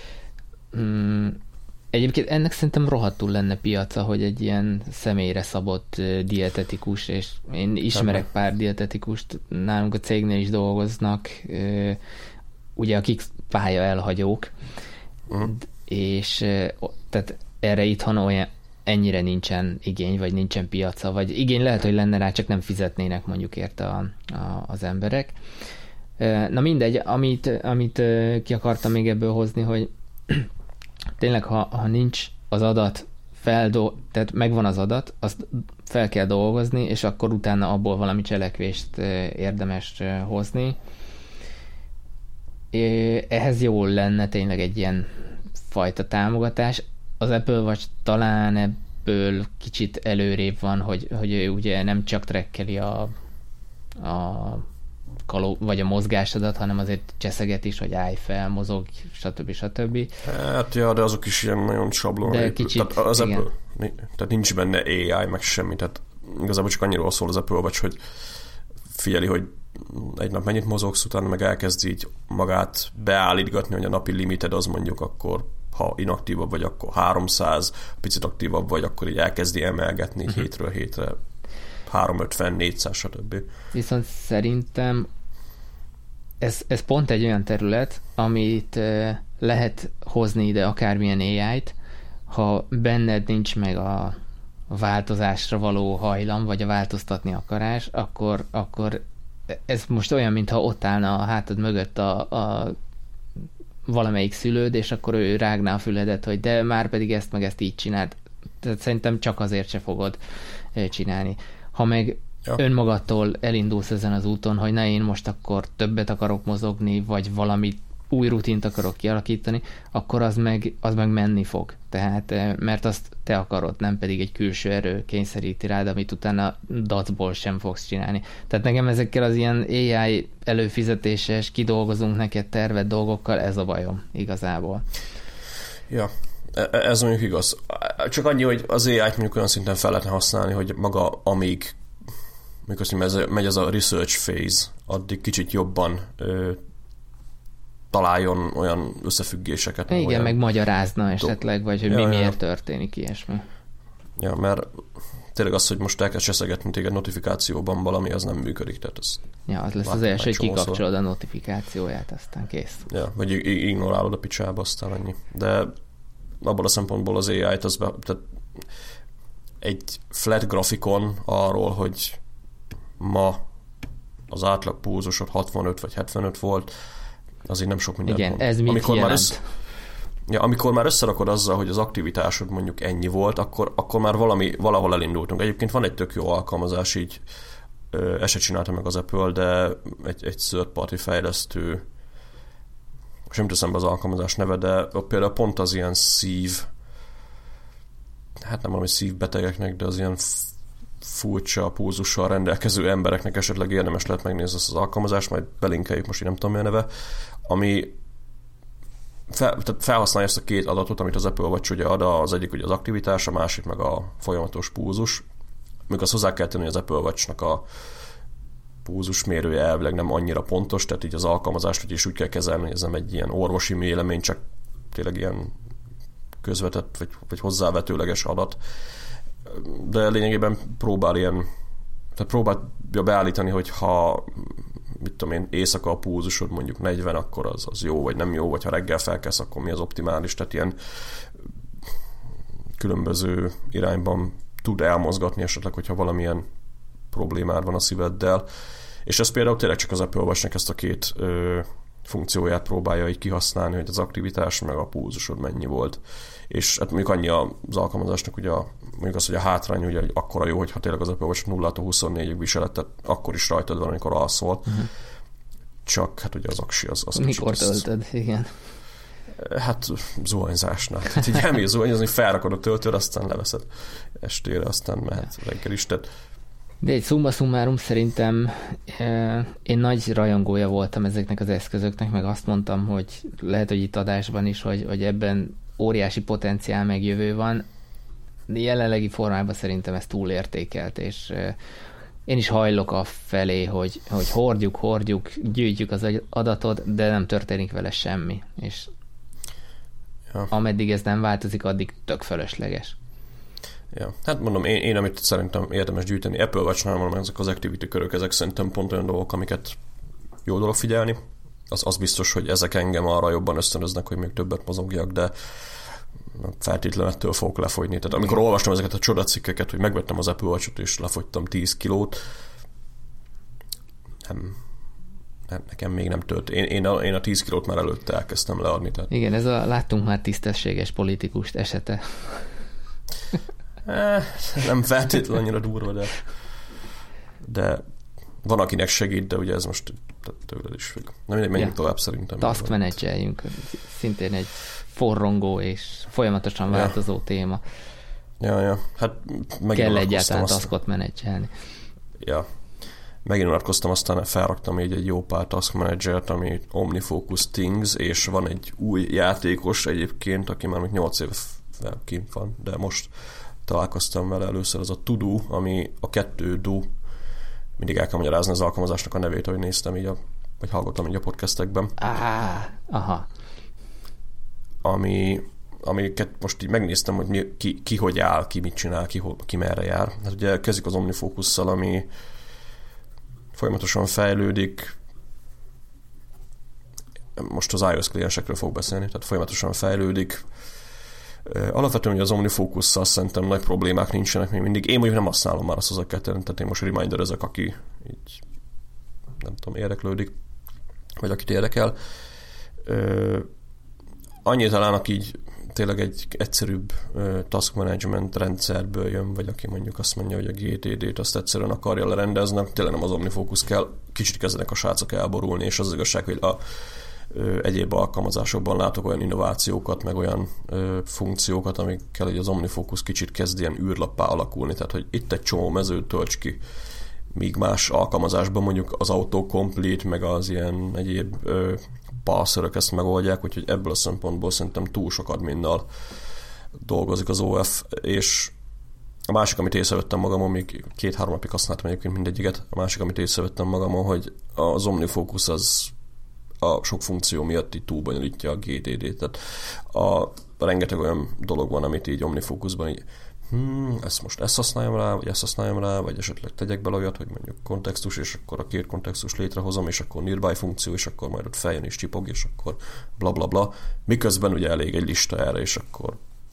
mm, egyébként ennek szerintem rohadtul lenne piaca, hogy egy ilyen személyre szabott dietetikus, és én ismerek Ebben. pár dietetikust, nálunk a cégnél is dolgoznak, ugye akik pálya elhagyók, uh-huh. és tehát erre itthon olyan ennyire nincsen igény, vagy nincsen piaca, vagy igény lehet, hogy lenne rá, csak nem fizetnének mondjuk érte a, a, az emberek. Na mindegy, amit, amit ki akartam még ebből hozni, hogy tényleg, ha, ha nincs az adat, feldol- tehát megvan az adat, azt fel kell dolgozni, és akkor utána abból valami cselekvést érdemes hozni. Ehhez jól lenne tényleg egy ilyen fajta támogatás. Az Apple Watch talán ebből kicsit előrébb van, hogy, hogy ő ugye nem csak trekkeli a, a kaló, vagy a mozgásodat, hanem azért cseszeget is, hogy állj fel, mozog, stb. stb. Hát ja, de azok is ilyen nagyon sablon. De kicsit, tehát az Apple, tehát nincs benne á i, meg semmi, tehát igazából csak annyiról szól az Apple Watch, hogy figyeli, hogy egy nap mennyit mozogsz, utána meg elkezd így magát beállítgatni, hogy a napi limited az mondjuk akkor ha inaktívabb vagy, akkor háromszáz, picit aktívabb vagy, akkor így elkezdi emelgetni uh-huh. hétről hétre háromszázötven, négyszáz, stb. Viszont szerintem ez, ez pont egy olyan terület, amit lehet hozni ide akármilyen á i-t, ha benned nincs meg a változásra való hajlam, vagy a változtatni akarás, akkor, akkor ez most olyan, mintha ott állna a hátad mögött a, a valamelyik szülőd, és akkor ő rágná a füledet, hogy de már pedig ezt meg ezt így csináld. Tehát szerintem csak azért se fogod csinálni. Ha meg ja. önmagadtól elindulsz ezen az úton, hogy na én most akkor többet akarok mozogni, vagy valami új rutint akarok kialakítani, akkor az meg, az meg menni fog. Tehát, mert azt te akarod, nem pedig egy külső erő kényszeríti rád, amit utána dacból sem fogsz csinálni. Tehát nekem ezekkel az ilyen á i előfizetéses, kidolgozunk neked terved dolgokkal, ez a bajom igazából. Ja, ez mondjuk igaz. Csak annyi, hogy az á i-t mondjuk olyan szinten fel lehetne használni, hogy maga amíg mikor azt megy az a research phase, addig kicsit jobban ö, találjon olyan összefüggéseket. Igen, olyan meg magyarázna esetleg, vagy hogy ja, mi ja. miért történik ilyesmi. Ja, mert tényleg az, hogy most elkezd cseszegetni téged notifikációban valami, az nem működik. Tehát az ja, az lesz az első, hogy kikapcsolod a notifikációját, aztán kész. Ja, vagy ignorálod a picsába, aztán annyi. De abból a szempontból az á i-t az be, tehát egy flat grafikon arról, hogy ma az átlag pulzusod hatvanöt vagy hetvenöt volt, azért nem sok minden Igen, mond. ez mit amikor jelent? Már össze, ja, amikor már összerakod azzal, hogy az aktivitásod mondjuk ennyi volt, akkor, akkor már valami, valahol elindultunk. Egyébként van egy tök jó alkalmazás, így ezt se csinálta meg az Apple, de egy, egy third party fejlesztő, most nem teszem be az alkalmazás neve, de például pont az ilyen szív, hát nem valami szívbetegeknek, de az ilyen furcsa pulzussal rendelkező embereknek esetleg érdemes lehet megnézni ezt az alkalmazást, majd belinkeljük, most én nem tudom, mi a neve, ami fel, tehát felhasználja ezt a két adatot, amit az Apple Watch ugye ad, az egyik ugye az aktivitás, a másik meg a folyamatos pulzus. Még azt hozzá kell tenni, hogy az Apple Watch-nak a pulzusmérője elvileg nem annyira pontos, tehát így az alkalmazást is úgy kell kezelni, hogy ez nem egy ilyen orvosi mélemény, csak tényleg ilyen közvetett vagy, vagy hozzávetőleges adat. De lényegében próbál ilyen, tehát próbálja beállítani, hogy ha mit tudom én, éjszaka a pulzusod mondjuk negyven, akkor az, az jó, vagy nem jó, vagy ha reggel felkelsz, akkor mi az optimális, tehát ilyen különböző irányban tud elmozgatni esetleg, hogyha valamilyen problémád van a szíveddel. És ez például tényleg csak az Apple Watch-nek ezt a két ö, funkcióját próbálja így kihasználni, hogy az aktivitás meg a pulzusod mennyi volt. És hát mondjuk annyi az alkalmazásnak, ugye a, mondjuk az, hogy a hátrány ugye akkora jó, hogyha tényleg az Apple Watch nullától huszonnégyig viselet, tehát akkor is rajtad van, amikor alszol. Uh-huh. Csak hát ugye az aksi az... az mikor töltöd, ezt, igen. Hát zuhanyzásnál. Tehát így elmész zuhanyozni, felrakod a töltőt, aztán leveszed estére, aztán mehet reggel is. Tehát de egy szumma summarum szerintem én nagy rajongója voltam ezeknek az eszközöknek, meg azt mondtam, hogy lehet, hogy itt adásban is, hogy, hogy ebben óriási potenciál meg jövő van. De jelenlegi formában szerintem ez túlértékelt, és én is hajlok a felé, hogy, hogy hordjuk, hordjuk, gyűjtjük az adatot, de nem történik vele semmi. És ja. Ameddig ez nem változik, addig tök fölösleges. Ja. Hát mondom, én, én amit szerintem érdemes gyűjteni, Apple Watch-nál mondom, ezek az activity körök, ezek szerintem pont olyan dolgok, amiket jó dolog figyelni. Az, az biztos, hogy ezek engem arra jobban ösztönöznek, hogy még többet mozogjak, de feltétlenül ettől fogok lefogyni. Tehát amikor igen. olvastam ezeket a csodacikkeket, hogy megvettem az Apple Watch-ot és lefogytam tíz kilót, nem, nem, nekem még nem tört. Én, én, a, én a tíz kilót már előtte elkezdtem leadni. Tehát. Igen, ez a láttunk már tisztességes politikust esete. Eh, nem feltétlenül annyira durva, de, de van, akinek segít, de ugye ez most tőled is függ. Na mindegy, menjünk ja. tovább szerintem. Task menedzseljünk, szintén egy forrongó és folyamatosan változó ja. téma. Ja, ja. Hát kell egyáltalán taskot menedzselni. Ja. Megint unatkoztam, aztán felraktam így egy jó pár task managert, ami OmniFocus Things, és van egy új játékos egyébként, aki már még nyolc év kint van, de most találkoztam vele először, az a To-Do, ami a kettő do, mindig el kell magyarázni az alkalmazásnak a nevét, ahogy néztem így, a, vagy hallgattam így a podcastekben. Ah, aha. Ami, amiket most így megnéztem, hogy mi, ki, ki hogy áll, ki mit csinál, ki, ki merre jár. Hát ugye kezdjük az OmniFocus-szal, ami folyamatosan fejlődik. Most az iOS kliensekről fog beszélni, tehát folyamatosan fejlődik. Alapvetően, hogy az OmniFocus-szal szerintem nagy problémák nincsenek még mindig. Én mondjuk nem használom már azt az kettőt, tehát én most reminder ezek, aki így nem tudom, érdeklődik, vagy akit érdekel. Annyi talán, aki így tényleg egy egyszerűbb task management rendszerből jön, vagy aki mondjuk azt mondja, hogy a gé té dét azt egyszerűen akarja lerendezni, tényleg nem az OmniFocus kell, kicsit kezdenek a srácok elborulni, és az, az igazság, hogy a ö, egyéb alkalmazásokban látok olyan innovációkat, meg olyan ö, funkciókat, amikkel az OmniFocus kicsit kezd ilyen űrlappá alakulni, tehát hogy itt egy csomó mezőt tölts ki, míg más alkalmazásban mondjuk az autocomplete, meg az ilyen egyéb ö, parserök ezt megoldják, úgyhogy ebből a szempontból szerintem túl sok adminnal dolgozik az o ef, és a másik, amit észrevettem magamon, még két-három napig használtam egyébként mindegyiket, a másik, amit észrevettem magamon, hogy az OmniFocus az a sok funkció miatt így túlbonyolítja a gé té dét, tehát a, a rengeteg olyan dolog van, amit így OmniFocusban így hmm, ezt most ezt használjam rá, vagy ezt használjam rá, vagy esetleg tegyek bele olyat, hogy mondjuk kontextus, és akkor a két kontextus létrehozom, és akkor nearby funkció, és akkor majd ott feljön és csipog, és akkor bla bla bla. Miközben ugye elég egy lista erre, és akkor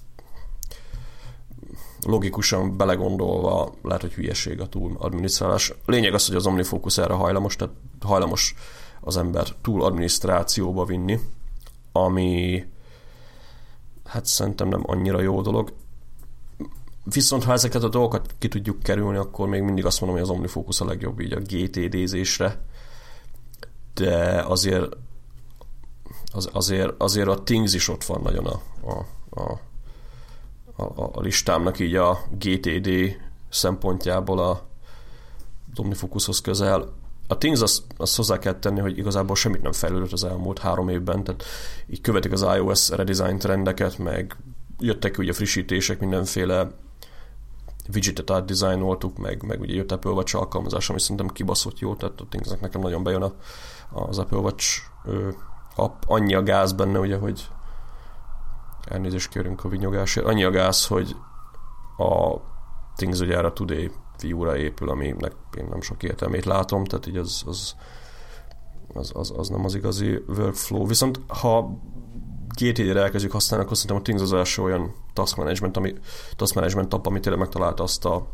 logikusan belegondolva lehet, hogy hülyeség a túl adminisztrálás. Lényeg az, hogy az OmniFocus erre hajlamos, tehát hajlamos az ember túl adminisztrációba vinni, ami hát szerintem nem annyira jó dolog. Viszont ha ezeket a dolgokat ki tudjuk kerülni, akkor még mindig azt mondom, hogy az OmniFocus a legjobb így a gé té dézésre, de azért az, azért, azért a Things is ott van nagyon a, a, a, a, a listámnak így a gé té dé szempontjából a OmniFocushoz közel. A Things azt, azt hozzá kell tenni, hogy igazából semmit nem fejlődött az elmúlt három évben, tehát így követik az iOS redesign trendeket, meg jöttek ki ugye frissítések, mindenféle widgetet átdizájnoltuk, meg, meg ugye jött Apple Watch alkalmazás, ami szerintem kibaszott jó, tehát a Thingsnek nekem nagyon bejön a, az Apple Watch ö, app. Annyi a gáz benne, ugye, hogy elnézést kérünk a vinyogásért, annyi a gáz, hogy a Things ugye erre a Today fiúra épül, aminek én nem sok értelmét látom, tehát így az, az, az, az, az nem az igazi workflow. Viszont ha gé té dé-re elkezdjük használni, akkor szerintem a Things az első olyan task management, ami, task management app, ami tényleg megtalálta azt a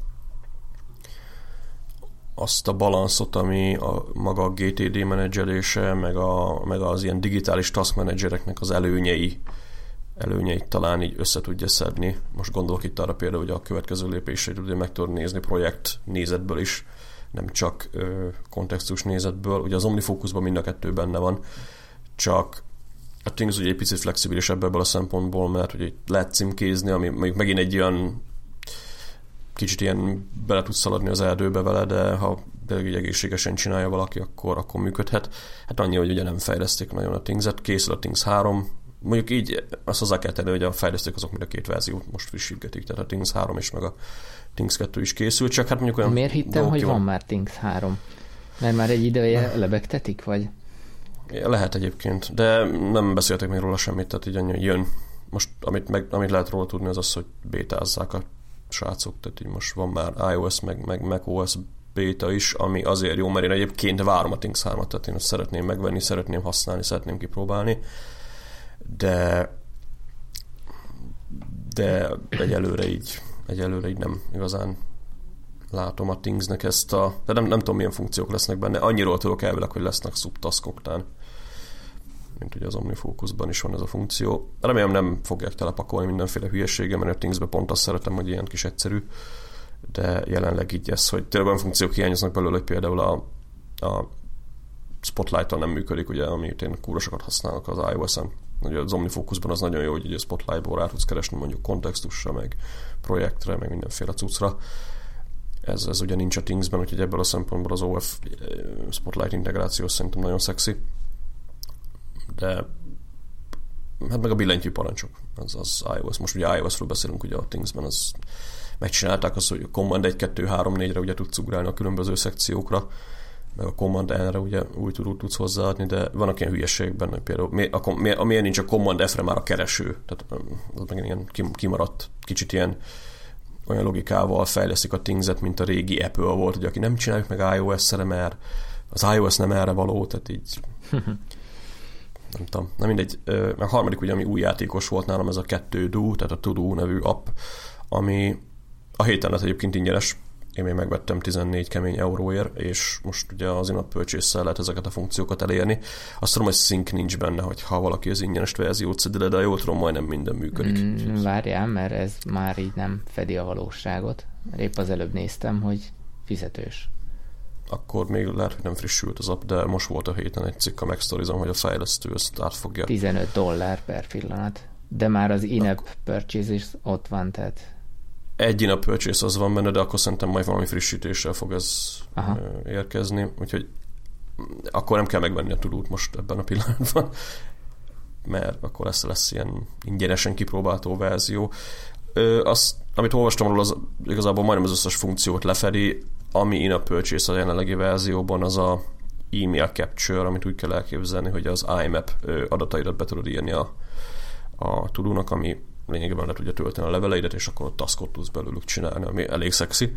azt a balanszot, ami a maga a gé té dé menedzselése, meg, a, meg az ilyen digitális task managereknek az előnyei előnyeit talán így össze tudja szedni. Most gondolok itt arra például, hogy a következő lépésre ugye meg tudod nézni projekt nézetből is, nem csak ö, kontextus nézetből. Ugye az OmniFocusban mind a kettő benne van, csak a Things ugye egy picit flexibilisebb ebből a szempontból, mert ugye lehet címkézni, ami mondjuk megint egy olyan kicsit ilyen bele tudsz szaladni az erdőbe vele, de ha egy egészségesen csinálja valaki, akkor, akkor működhet. Hát annyi, hogy ugye nem fejleszték nagyon a Things-et, készül a Things három, mondjuk így azt hozzá kell tenni, hogy a fejlesztők azok mind a két verziót most frissítgetik, tehát a Things három is, meg a Things kettő is készül, csak hát mondjuk olyan... Miért hittem, hogy van már Things három? Mert már egy ideje lebegtetik, vagy? Lehet egyébként, de nem beszéltek még róla semmit, tehát így annyi, jön. Most amit, meg, amit lehet róla tudni, az az, hogy bétázzák a srácok, tehát így most van már iOS, meg, meg macOS béta is, ami azért jó, mert én egyébként várom a Things hármat, tehát én azt szeretném megvenni, szeretném használni, szeretném kipróbálni, de de egyelőre így, egyelőre így nem igazán látom a Thingsnek ezt a... De nem, nem tudom, milyen funkciók lesznek benne. Annyiról tudok elvileg, hogy lesznek subtaskoktán, mint ugye az OmniFocusban is van ez a funkció. Remélem nem fogják telepakolni mindenféle hülyeséggel, mert a Thingsbe pont azt szeretem, hogy ilyen kis egyszerű, de jelenleg így ez, hogy tényleg olyan funkciók hiányoznak belőle, hogy például a, a Spotlight-tal nem működik, ugye, amit én kúrosokat használok az iOS-en. Ugye az OmniFocusban az nagyon jó, hogy a Spotlight-ból rá tudsz keresni mondjuk kontextusra, meg projektre, meg mindenféle cuccra. Ez, ez ugye nincs a Thingsben, úgyhogy ebből a szempontból az o ef Spotlight integráció szerintem nagyon szexi. De hát meg a billentyű parancsok, az, az iOS. Most ugye iOS-ról beszélünk, ugye a Thingsben az megcsinálták azt, hogy a Command egy, kettő, három, négyre ugye tudsz ugrálni a különböző szekciókra, meg a Command N-re ugye új tudót tudsz hozzáadni, de vannak ilyen hülyeségek benne, hogy például mi, a, mi, a, miért nincs a Command F-re már a kereső, tehát az meg ilyen kimaradt, kicsit ilyen olyan logikával fejleszik a Things-et, mint a régi Apple volt, hogy aki nem csináljuk meg iOS-re, mert az iOS nem erre való, tehát így nem tudom, nem mindegy. A harmadik ugye, ami új játékos volt nálam, ez a kettő Do, tehát a To-Do nevű app, ami a héten lett egyébként ingyenes. Én még megvettem tizennégy kemény euróért, és most ugye az in-app purchase-szel lehet ezeket a funkciókat elérni. Azt tudom, hogy sync nincs benne, hogy ha valaki az ingyenes verziót szedi le, de jól tudom, majdnem minden működik. Mm, várjál, mert ez már így nem fedi a valóságot. Épp az előbb néztem, hogy fizetős. Akkor még lehet, hogy nem frissült az app, de most volt a héten egy cikk a Megsztorizom, hogy a fejlesztő ezt átfogja. tizenöt dollár per pillanat. De már az in-app purchase is ott van, tehát... Egy in-app purchase az van benne, de akkor szerintem majd valami frissítéssel fog ez Aha. érkezni, úgyhogy akkor nem kell megvenni a tudót most ebben a pillanatban, mert akkor lesz, lesz ilyen ingyenesen kipróbálható verzió. Azt, amit olvastam róla, az igazából majdnem az összes funkciót lefedi, ami in-app purchase a jelenlegi verzióban, az a email capture, amit úgy kell elképzelni, hogy az i map adataidat be tudod írni a, a tudónak, ami lényegében le tudja tölteni a leveleidet, és akkor ott taskot tudsz belőlük csinálni, ami elég szexi.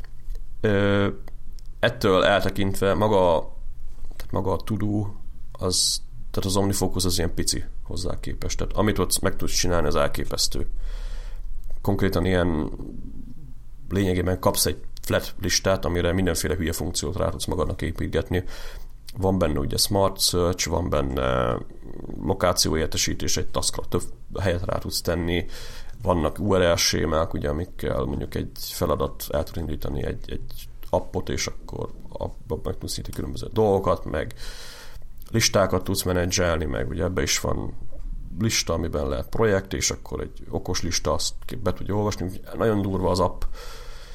Ö, ettől eltekintve maga, tehát maga a to-do, az, tehát az OmniFocus az ilyen pici hozzá képest. Tehát amit ott meg tudsz csinálni, az elképesztő. Konkrétan ilyen lényegében kapsz egy flat listát, amire mindenféle hülye funkciót rá tudsz magadnak építgetni. Van benne ugye Smart Search, van benne lokációértesítés, egy taskra több helyet rá tudsz tenni, vannak u er el sémák, ugye, amikkel mondjuk egy feladat el tud indítani egy, egy appot, és akkor abban meg tudsz nyitni különböző dolgokat, meg listákat tudsz menedzselni, meg ugye ebbe is van lista, amiben lehet projekt, és akkor egy okos lista azt be tudja olvasni. Nagyon durva az app.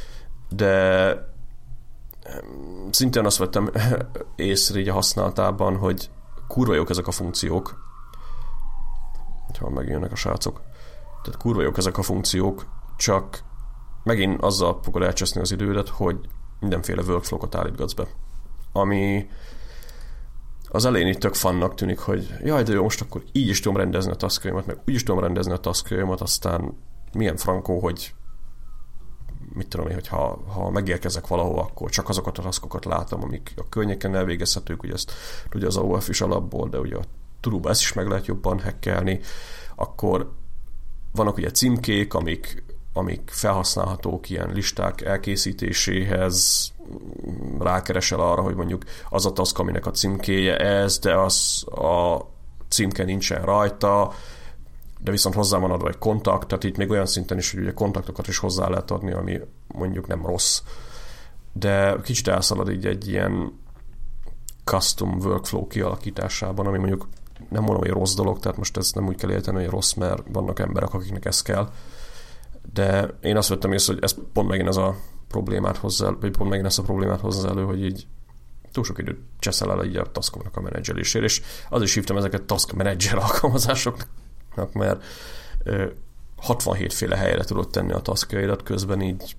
de szintén azt vettem észre így a használatában, hogy kurva jók ezek a funkciók. Ha megjönnek a srácok. Tehát kurva jók ezek a funkciók, csak megint azzal fogod elcseszni az idődet, hogy mindenféle workflow-ot állítgatsz be. Ami az elején itt tök fannak tűnik, hogy jaj, de jó, most akkor így is tudom rendezni a taskjaimat, meg úgy is tudom rendezni a taskjaimat, aztán milyen frankó, hogy mit tudom én, hogy ha, ha megérkezek valahova, akkor csak azokat a taskokat látom, amik a környéken elvégezhetők, ugye ezt tudja az o o ef is alapból, de ugye a Todo-ba ezt is meg lehet jobban hackelni, akkor vannak ugye címkék, amik, amik felhasználhatók ilyen listák elkészítéséhez, rákeresel arra, hogy mondjuk az a task, aminek a címkéje ez, de az a címke nincsen rajta, de viszont hozzá van adva egy kontakt, tehát itt még olyan szinten is, hogy ugye kontaktokat is hozzá lehet adni, ami mondjuk nem rossz. De kicsit elszalad így egy ilyen custom workflow kialakításában, ami mondjuk nem mondom, hogy rossz dolog, tehát most ezt nem úgy kell érteni, hogy rossz, mert vannak emberek, akiknek ez kell. De én azt vettem észre, hogy ez pont megint ez a problémát hozzá, vagy pont megint ezt a problémát hozzá elő, hogy így túl sok időt cseszel el így a taskoknak a menedzselésére, és az is hívtam ezeket task manager alkalmazásoknak, mert hatvanhét féle helyre tudod tenni a taskjaidat, közben így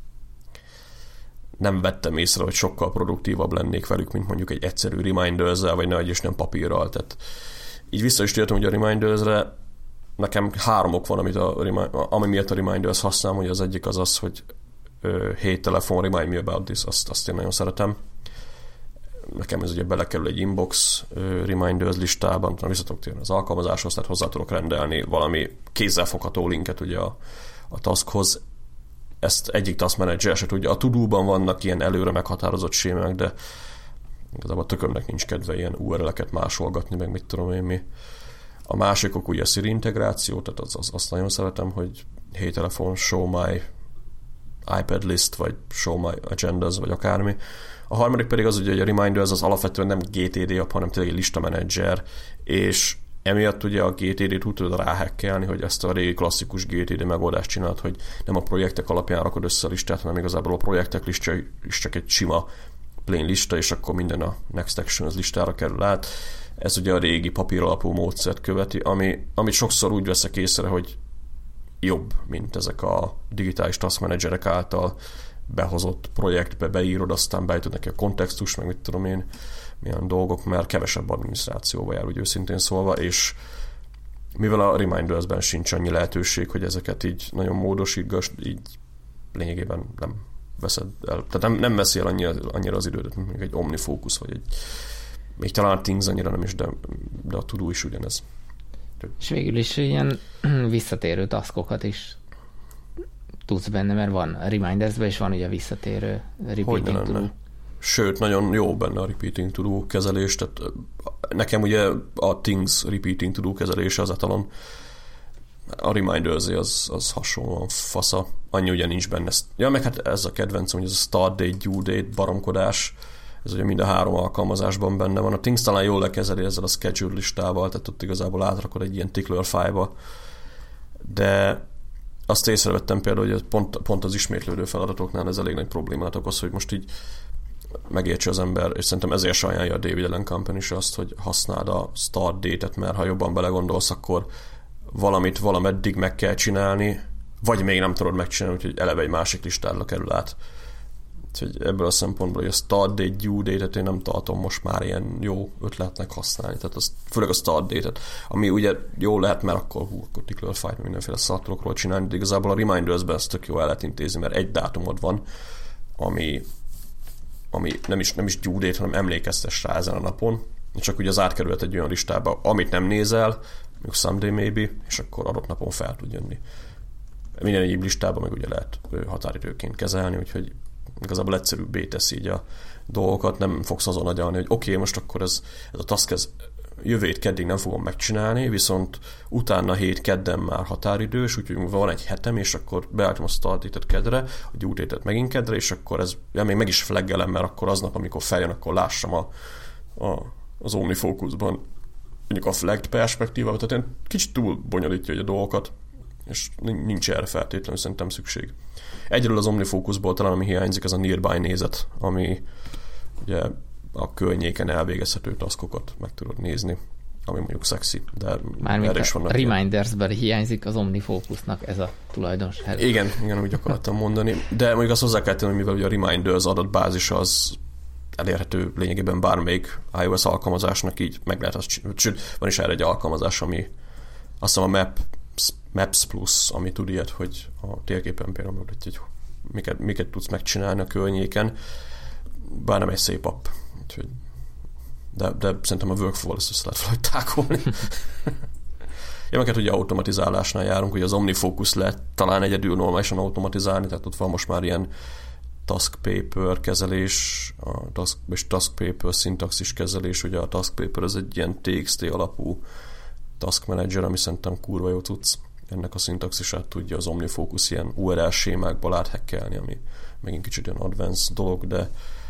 nem vettem észre, hogy sokkal produktívabb lennék velük, mint mondjuk egy egyszerű Reminders-zel, vagy nehogy is nem papírral. Tehát így vissza is tértem, hogy a Reminders-re nekem három ok van, amit a, ami miatt a Reminders használom, hogy az egyik az az, hogy hey telefon, remind me about this, azt, azt én nagyon szeretem. Nekem ez ugye belekerül egy inbox reminders listában, tudom, vissza tudok térni az alkalmazáshoz, tehát hozzá tudok rendelni valami kézzelfogható linket ugye a, a taskhoz. Ezt egyik task manager se tudja. A To-do-ban vannak ilyen előre meghatározott sémák, de igazából a tökömnek nincs kedve ilyen u er el-eket másolgatni, meg mit tudom én mi. A másikok ugye a Siri integráció, tehát az, az, azt nagyon szeretem, hogy hey telefon, show my iPad list, vagy show my agendas, vagy akármi. A harmadik pedig az ugye, hogy a Reminders az alapvetően nem gé té dé app, hanem tényleg egy lista menedzser, és emiatt ugye a gé té dét úgy tudod ráhekkelni, hogy ezt a régi klasszikus gé té dé megoldást csinált, hogy nem a projektek alapján rakod össze a listát, hanem igazából a projektek lista is csak egy sima plain lista, és akkor minden a Next Actions listára kerül át. Ez ugye a régi papíralapú módszert követi, ami, amit sokszor úgy veszek észre, hogy jobb, mint ezek a digitális task managerek által behozott projektbe beírod, aztán beütöd neki a kontextus, meg mit tudom én, milyen dolgok, mert kevesebb adminisztrációba jár, úgy őszintén szólva, és mivel a Reminders-ben sincs annyi lehetőség, hogy ezeket így nagyon módosítgass, így lényegében nem veszed el. Tehát nem, nem veszi el annyira, annyira az időt, mint egy OmniFocus, vagy egy még talán a Things annyira nem is, de, de a To-do is ugyanez. És végül is ilyen visszatérő taskokat is tudsz benne, mert van a Reminders-ben, és van ugye visszatérő repeating to-do. Sőt, nagyon jó benne a repeating to-do kezelés, tehát nekem ugye a Things repeating to-do kezelése az etalon. A Reminders az, az hasonlóan fasza. Annyi ugye nincs benne. Ja, meg hát ez a kedvencem, hogy ez a start date, due date baromkodás, ez ugye mind a három alkalmazásban benne van. A Things talán jól lekezeli ezzel a schedule listával, tehát ott igazából átrakod egy ilyen tickler file-ba. De azt észrevettem például, hogy pont, pont az ismétlődő feladatoknál ez elég nagy problémát okoz, hogy most így megértse az ember, és szerintem ezért sajnálja a David Allen Company is azt, hogy használd a start date-et, mert ha jobban belegondolsz, akkor valamit valameddig meg kell csinálni, vagy még nem tudod megcsinálni, úgyhogy eleve egy másik listára kerül át. Úgyhogy ebből a szempontból, hogy a start date, due date-et én nem tartom most már ilyen jó ötletnek használni. Tehát az, főleg a start date-et, ami ugye jó lehet, mert akkor hú, akkor tickler file, mindenféle szart tudok róla csinálni, de igazából a Reminders-ben ezt tök jó el lehet intézni, mert egy dátumod van, ami, ami nem is, nem is due date, hanem emlékeztes rá ezen a napon, csak ugye az átkerülhet egy olyan listába, amit nem nézel, mondjuk someday maybe, és akkor adott napon fel tud jönni. Minden egyéb listában meg ugye lehet határidőként kezelni, úgyhogy igazából egyszerűbbé tesz így a dolgokat, nem fogsz azon agyalni, hogy oké, okay, most akkor ez, ez a task ez jövő hét keddig nem fogom megcsinálni, viszont utána hét kedden már határidős, úgyhogy van egy hetem, és akkor beállítom a start date-et kedre, a due date-et megint kedre, és akkor ez, ja, még meg is flaggelem, mert akkor aznap, amikor feljön, akkor lássam a, a, az OmniFocusban mondjuk a flagged perspektívával, tehát kicsit túl bonyolítja a dolgokat, és nincs erre feltétlenül szerintem szükség. Egyről az OmniFocusból talán ami hiányzik, ez a nearby nézet, ami ugye a környéken elvégezhető taskokat meg tudod nézni, ami mondjuk szexi, de mármint a Remindersben hiányzik az OmniFocusnak ez a tulajdonság. Igen, igen, úgy akartam mondani, de mondjuk azt hozzá kell tenni, mivel ugye a Reminders adatbázis az elérhető lényegében bármelyik iOS alkalmazásnak, így meg lehet azt, sőt, van is erre egy alkalmazás, ami azt hiszem a Map, Maps Plus, ami tud ilyet, hogy a térképen például megmutatja, hogy miket, miket tudsz megcsinálni a környéken, bár nem egy szép app, úgyhogy de, de szerintem a workflow-val ezt össze lehet valahogy tákolni. Ilyeneket ugye automatizálásnál járunk, hogy az OmniFocus lehet talán egyedül normálisan automatizálni, tehát ott van most már ilyen task paper kezelés, a task, és task paper szintaxis kezelés, ugye a task paper az egy ilyen té iksz té alapú task manager, ami szerintem kurva jó tudsz. Ennek a szintaxisát tudja az OmniFocus ilyen u er el sémákból áthekkelni, ami megint kicsit ilyen advanced dolog, de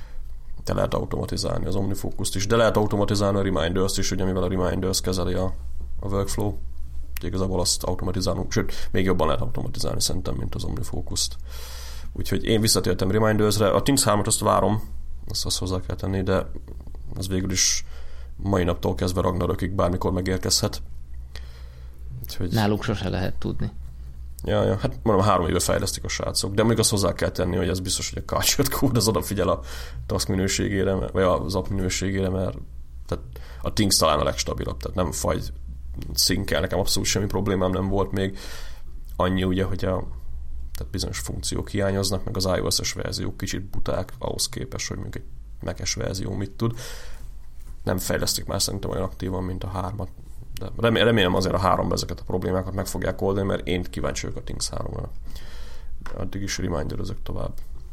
te lehet automatizálni az OmniFocust is, de lehet automatizálni a Reminders is, ugye mivel a Reminders kezeli a, a workflow, igazából azt automatizálunk, sőt, még jobban lehet automatizálni szerintem, mint az OmniFocust. Úgyhogy én visszatértem Remindersre, a Things hármat azt várom, azt, azt hozzá kell tenni, de az végül is mai naptól kezdve Ragnarökig bármikor megérkezhet. Úgyhogy... Náluk sose lehet tudni. Ja, ja, hát mondom, három éve fejlesztik a srácok, de még azt hozzá kell tenni, hogy ez biztos, hogy a cultured code az odafigyel a task minőségére, vagy az app minőségére, mert tehát a Things talán a legstabilabb, tehát nem fagy szinkel, nekem abszolút semmi problémám nem volt még. Annyi ugye, hogy a tehát bizonyos funkciók hiányoznak, meg az iOS-es verziók kicsit buták ahhoz képest, hogy mondjuk egy Mac-es verzió mit tud. Nem fejlesztik már szerintem olyan aktívan, mint a hármat. De remélem azért a háromban ezeket a problémákat meg fogják oldani, mert én kíváncsi vagyok a Things háromra. Addig is reminderözök tovább.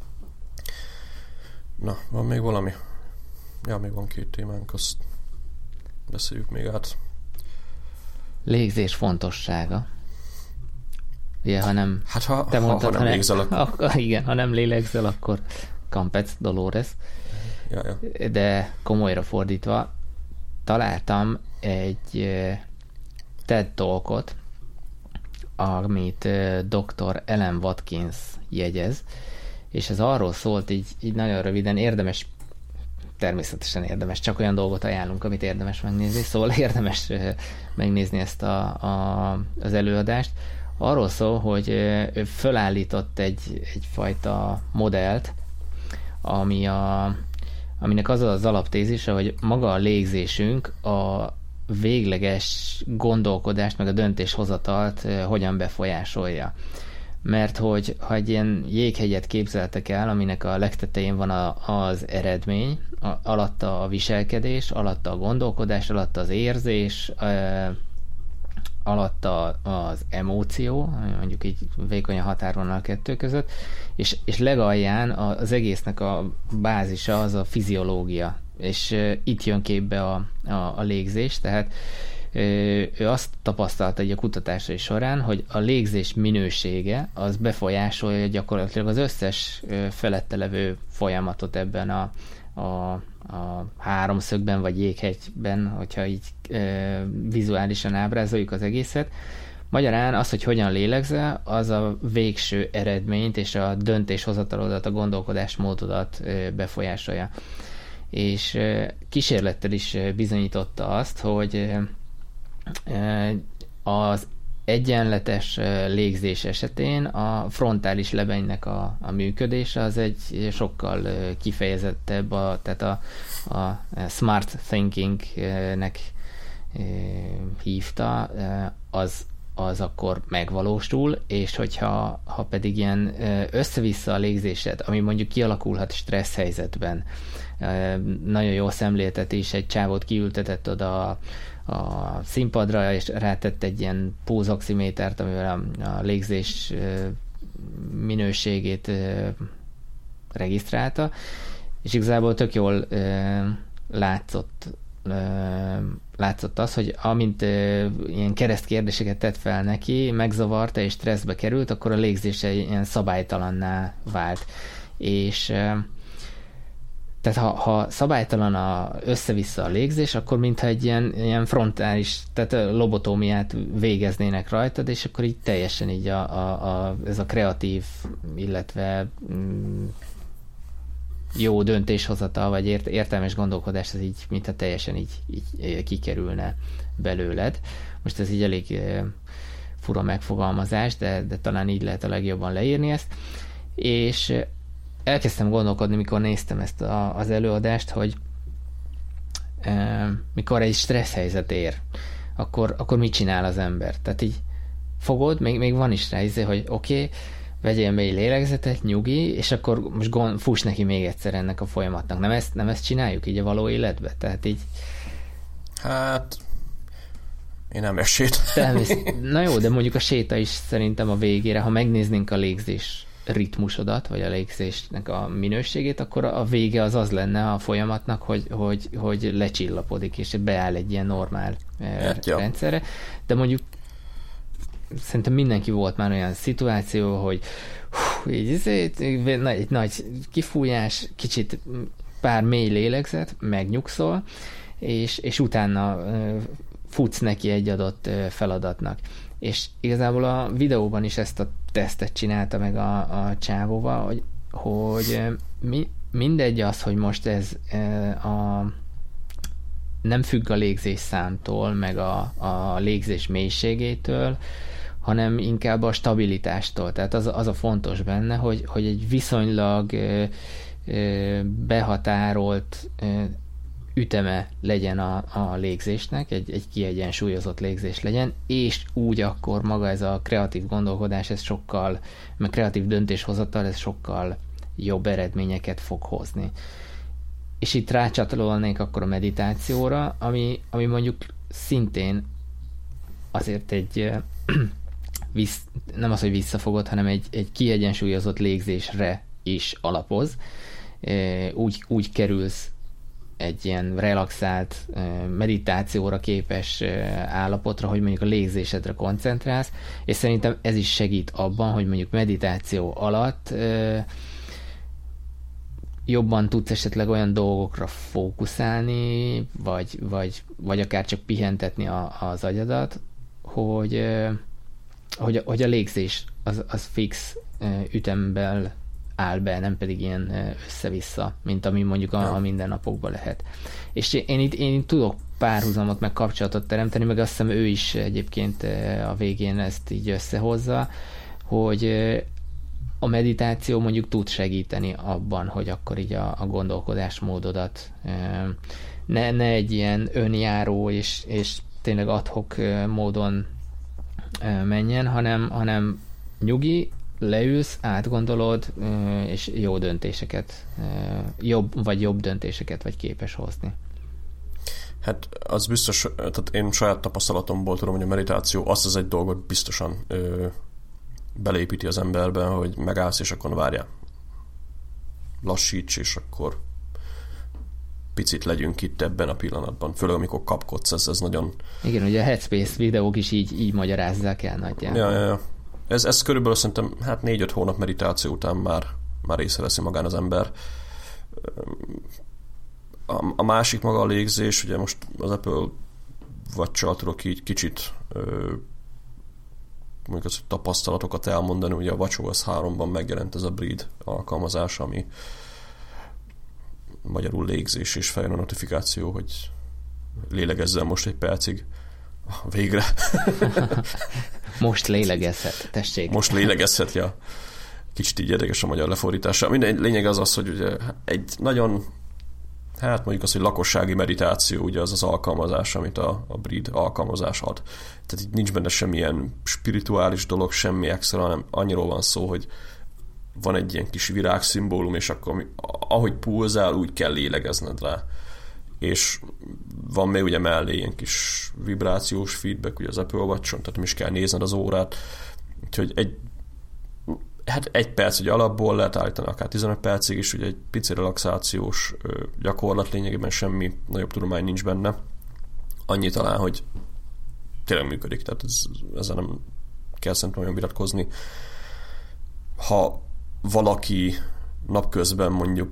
Na, van még valami? Ja, még van két témánk, azt beszéljük még át. Légzés fontossága. Ugye, ha nem... Hát ha, te mondtad, ha, ha nem ha légzel, akkor... akkor... Igen, ha nem lélegzel, akkor Campec Dolores. Ja, ja. De komolyra fordítva, találtam egy TED Talkot, amit doktor Ellen Watkins jegyez, és ez arról szólt, így, így nagyon röviden, érdemes, természetesen érdemes, csak olyan dolgot ajánlunk, amit érdemes megnézni, szóval érdemes megnézni ezt a, a, az előadást. Arról szól, hogy ő fölállított egy, egyfajta modellt, ami a, aminek az az alaptézise, hogy maga a légzésünk a végleges gondolkodást, meg a döntéshozatalt hogyan befolyásolja. Mert hogy ha egy ilyen jéghegyet képzeltek el, aminek a legtetején van a, az eredmény, a, alatta a viselkedés, alatta a gondolkodás, alatta az érzés, e, alatta az emóció, mondjuk így vékony a határvonal a kettő között, és, és legalján az egésznek a bázisa az a fiziológia, és uh, itt jön képbe a, a, a légzés, tehát uh, ő azt tapasztalta egy a kutatásai során, hogy a légzés minősége az befolyásolja gyakorlatilag az összes uh, felette levő folyamatot ebben a, a, a háromszögben vagy jéghegyben, hogyha így uh, vizuálisan ábrázoljuk az egészet. Magyarán az, hogy hogyan lélegzel, az a végső eredményt és a döntéshozatalodat, a gondolkodásmódodat uh, befolyásolja. És kísérlettel is bizonyította azt, hogy az egyenletes légzés esetén a frontális lebenynek a, a működése az egy sokkal kifejezettebb, a, tehát a, a smart thinkingnek hívta, az, az akkor megvalósul, és hogyha ha pedig ilyen össze-vissza a légzésed, ami mondjuk kialakulhat stressz helyzetben, nagyon jó szemléltetés, egy csávót kiültetett oda a, a színpadra, és rátett egy ilyen pózoximétert, amivel a, a légzés minőségét regisztrálta, és igazából tök jól látszott, látszott az, hogy amint ilyen keresztkérdéseket tett fel neki, megzavarta és stresszbe került, akkor a légzése ilyen szabálytalanná vált. És Tehát ha, ha szabálytalan a, össze-vissza a légzés, akkor mintha egy ilyen, ilyen frontális, tehát lobotómiát végeznének rajtad, és akkor így teljesen így a, a, a, ez a kreatív, illetve mm, jó döntéshozatal, vagy ért, értelmes gondolkodás, ez így, mintha teljesen így, így kikerülne belőled. Most ez így elég e, fura megfogalmazás, de, de talán így lehet a legjobban leírni ezt. És elkezdtem gondolkodni, mikor néztem ezt a, az előadást, hogy e, mikor egy stressz helyzet ér, akkor, akkor mit csinál az ember? Tehát így fogod, még, még van is rá izé, hogy oké, okay, vegyél mély lélegzetet, nyugi, és akkor most gond, fuss neki még egyszer ennek a folyamatnak. Nem ezt, nem ezt csináljuk így a való életben? Tehát így... Hát... Én nem esét. Na jó, de mondjuk a séta is szerintem a végére, ha megnéznénk a légzés ritmusodat, vagy a légzésnek a minőségét, akkor a vége az az lenne a folyamatnak, hogy, hogy, hogy lecsillapodik, és beáll egy ilyen normál hát, rendszerre. De mondjuk szerintem mindenki volt már olyan szituáció, hogy hú, így, egy nagy kifújás, kicsit pár mély lélegzet, megnyugszol, és, és utána futsz neki egy adott feladatnak. És igazából a videóban is ezt a tesztet csinálta meg a, a csávóval, hogy, hogy mi, mindegy az, hogy most ez a, nem függ a légzés számtól, meg a, a légzés mélységétől, hanem inkább a stabilitástól. Tehát az, az a fontos benne, hogy, hogy egy viszonylag ö, ö, behatárolt ö, üteme legyen a, a légzésnek, egy, egy kiegyensúlyozott légzés legyen, és úgy akkor maga ez a kreatív gondolkodás, ez sokkal, meg kreatív döntéshozatal, ez sokkal jobb eredményeket fog hozni. És itt rácsatololnék akkor a meditációra, ami, ami mondjuk szintén azért egy Visz, nem az, hogy visszafogott, hanem egy, egy kiegyensúlyozott légzésre is alapoz. Úgy, úgy kerülsz egy ilyen relaxált, meditációra képes állapotra, hogy mondjuk a légzésedre koncentrálsz, és szerintem ez is segít abban, hogy mondjuk meditáció alatt jobban tudsz esetleg olyan dolgokra fókuszálni, vagy, vagy, vagy akár csak pihentetni a, az agyadat, hogy Hogy, hogy a légzés az, az fix ütemben áll be, nem pedig ilyen össze-vissza, mint ami mondjuk a, a mindennapokban lehet. És én itt, én itt tudok párhuzamot, meg kapcsolatot teremteni, meg azt hiszem ő is egyébként a végén ezt így összehozza, hogy a meditáció mondjuk tud segíteni abban, hogy akkor így a, a gondolkodásmódodat ne, ne egy ilyen önjáró és, és tényleg ad-hoc módon menjen, hanem, hanem nyugi, leülsz, átgondolod, és jó döntéseket, jobb vagy jobb döntéseket vagy képes hozni. Hát az biztos, tehát én saját tapasztalatomból tudom, hogy a meditáció azt az egy dolgot biztosan ö, beleépíti az emberben, hogy megállsz, és akkor várjál. Lassíts, és akkor picit legyünk itt ebben a pillanatban. Főleg, amikor kapkodsz, ez, ez nagyon... Igen, ugye a Headspace videók is így, így magyarázzák el nagyjából. Ja, ja, ja. Ez, ez körülbelül szerintem hát négy-öt hónap meditáció után már, már észreveszi magán az ember. A, a másik maga a légzés, ugye most az Apple Watch-sal tudok így kicsit ö, mondjuk az tapasztalatokat elmondani, ugye a WatchOS háromban megjelent ez a Breathe alkalmazás, ami magyarul légzés, és feljön a notifikáció, hogy lélegezzel most egy percig. Végre. Most lélegezhet, tessék. Most lélegezhet, ja. Kicsit így érdekes a magyar lefordítása. Minden lényeg az az, hogy ugye egy nagyon, hát mondjuk az, hogy lakossági meditáció, ugye az az alkalmazás, amit a, a Breathe alkalmazás ad. Tehát itt nincs benne semmilyen spirituális dolog, semmi extra, hanem annyiról van szó, hogy van egy ilyen kis virágszimbólum, és akkor ahogy pulzál, úgy kell lélegezned rá. És van még ugye mellé ilyen kis vibrációs feedback, ugye az Apple Watch-on, tehát nem is kell nézned az órát. Úgyhogy egy, hát egy perc ugye alapból lehet állítani akár tizenöt percig is, ugye egy pici relaxációs gyakorlat, lényegében semmi nagyobb tudomány nincs benne. Annyi talán, hogy tényleg működik, tehát ez, ezzel nem kell szerintem olyan vitatkozni. Ha valaki napközben mondjuk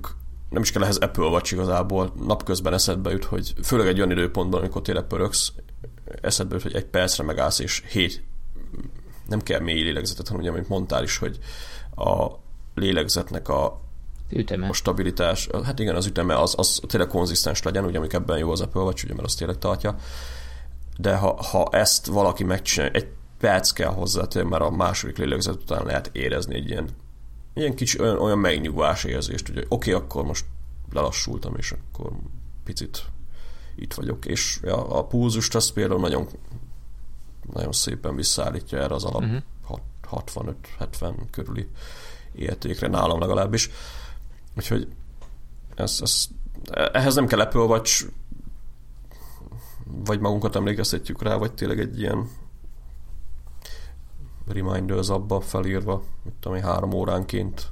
nem is kell ehhez Apple Watch igazából, napközben eszedbe jut, hogy főleg egy olyan időpontban, amikor tényleg pöröksz, eszedbe jut, hogy egy percre megállsz, és hét, nem kell mély lélegzetet, hanem ugye, amit mondtál is, hogy a lélegzetnek a, üteme. a stabilitás, hát igen, az üteme az, az tényleg konzisztens legyen, ugye, amik ebben jó az Apple Watch, ugye, mert azt tényleg tartja. De ha, ha ezt valaki megcsinálja, egy perc kell hozzá, mert a második lélegzet után lehet érezni egy ilyen, ilyen kicsi, olyan, olyan megnyugvás érzést, hogy oké, okay, akkor most lelassultam, és akkor picit itt vagyok. És ja, a pulzust azt például nagyon, nagyon szépen visszaállítja erre az alap uh-huh. hatvanöt-hetven körüli értékre, nálam legalábbis. Úgyhogy ez, ez, ehhez nem kell Apple Watch, vagy magunkat emlékeztetjük rá, vagy tényleg egy ilyen reminders abba felírva, mit tudom én, három óránként.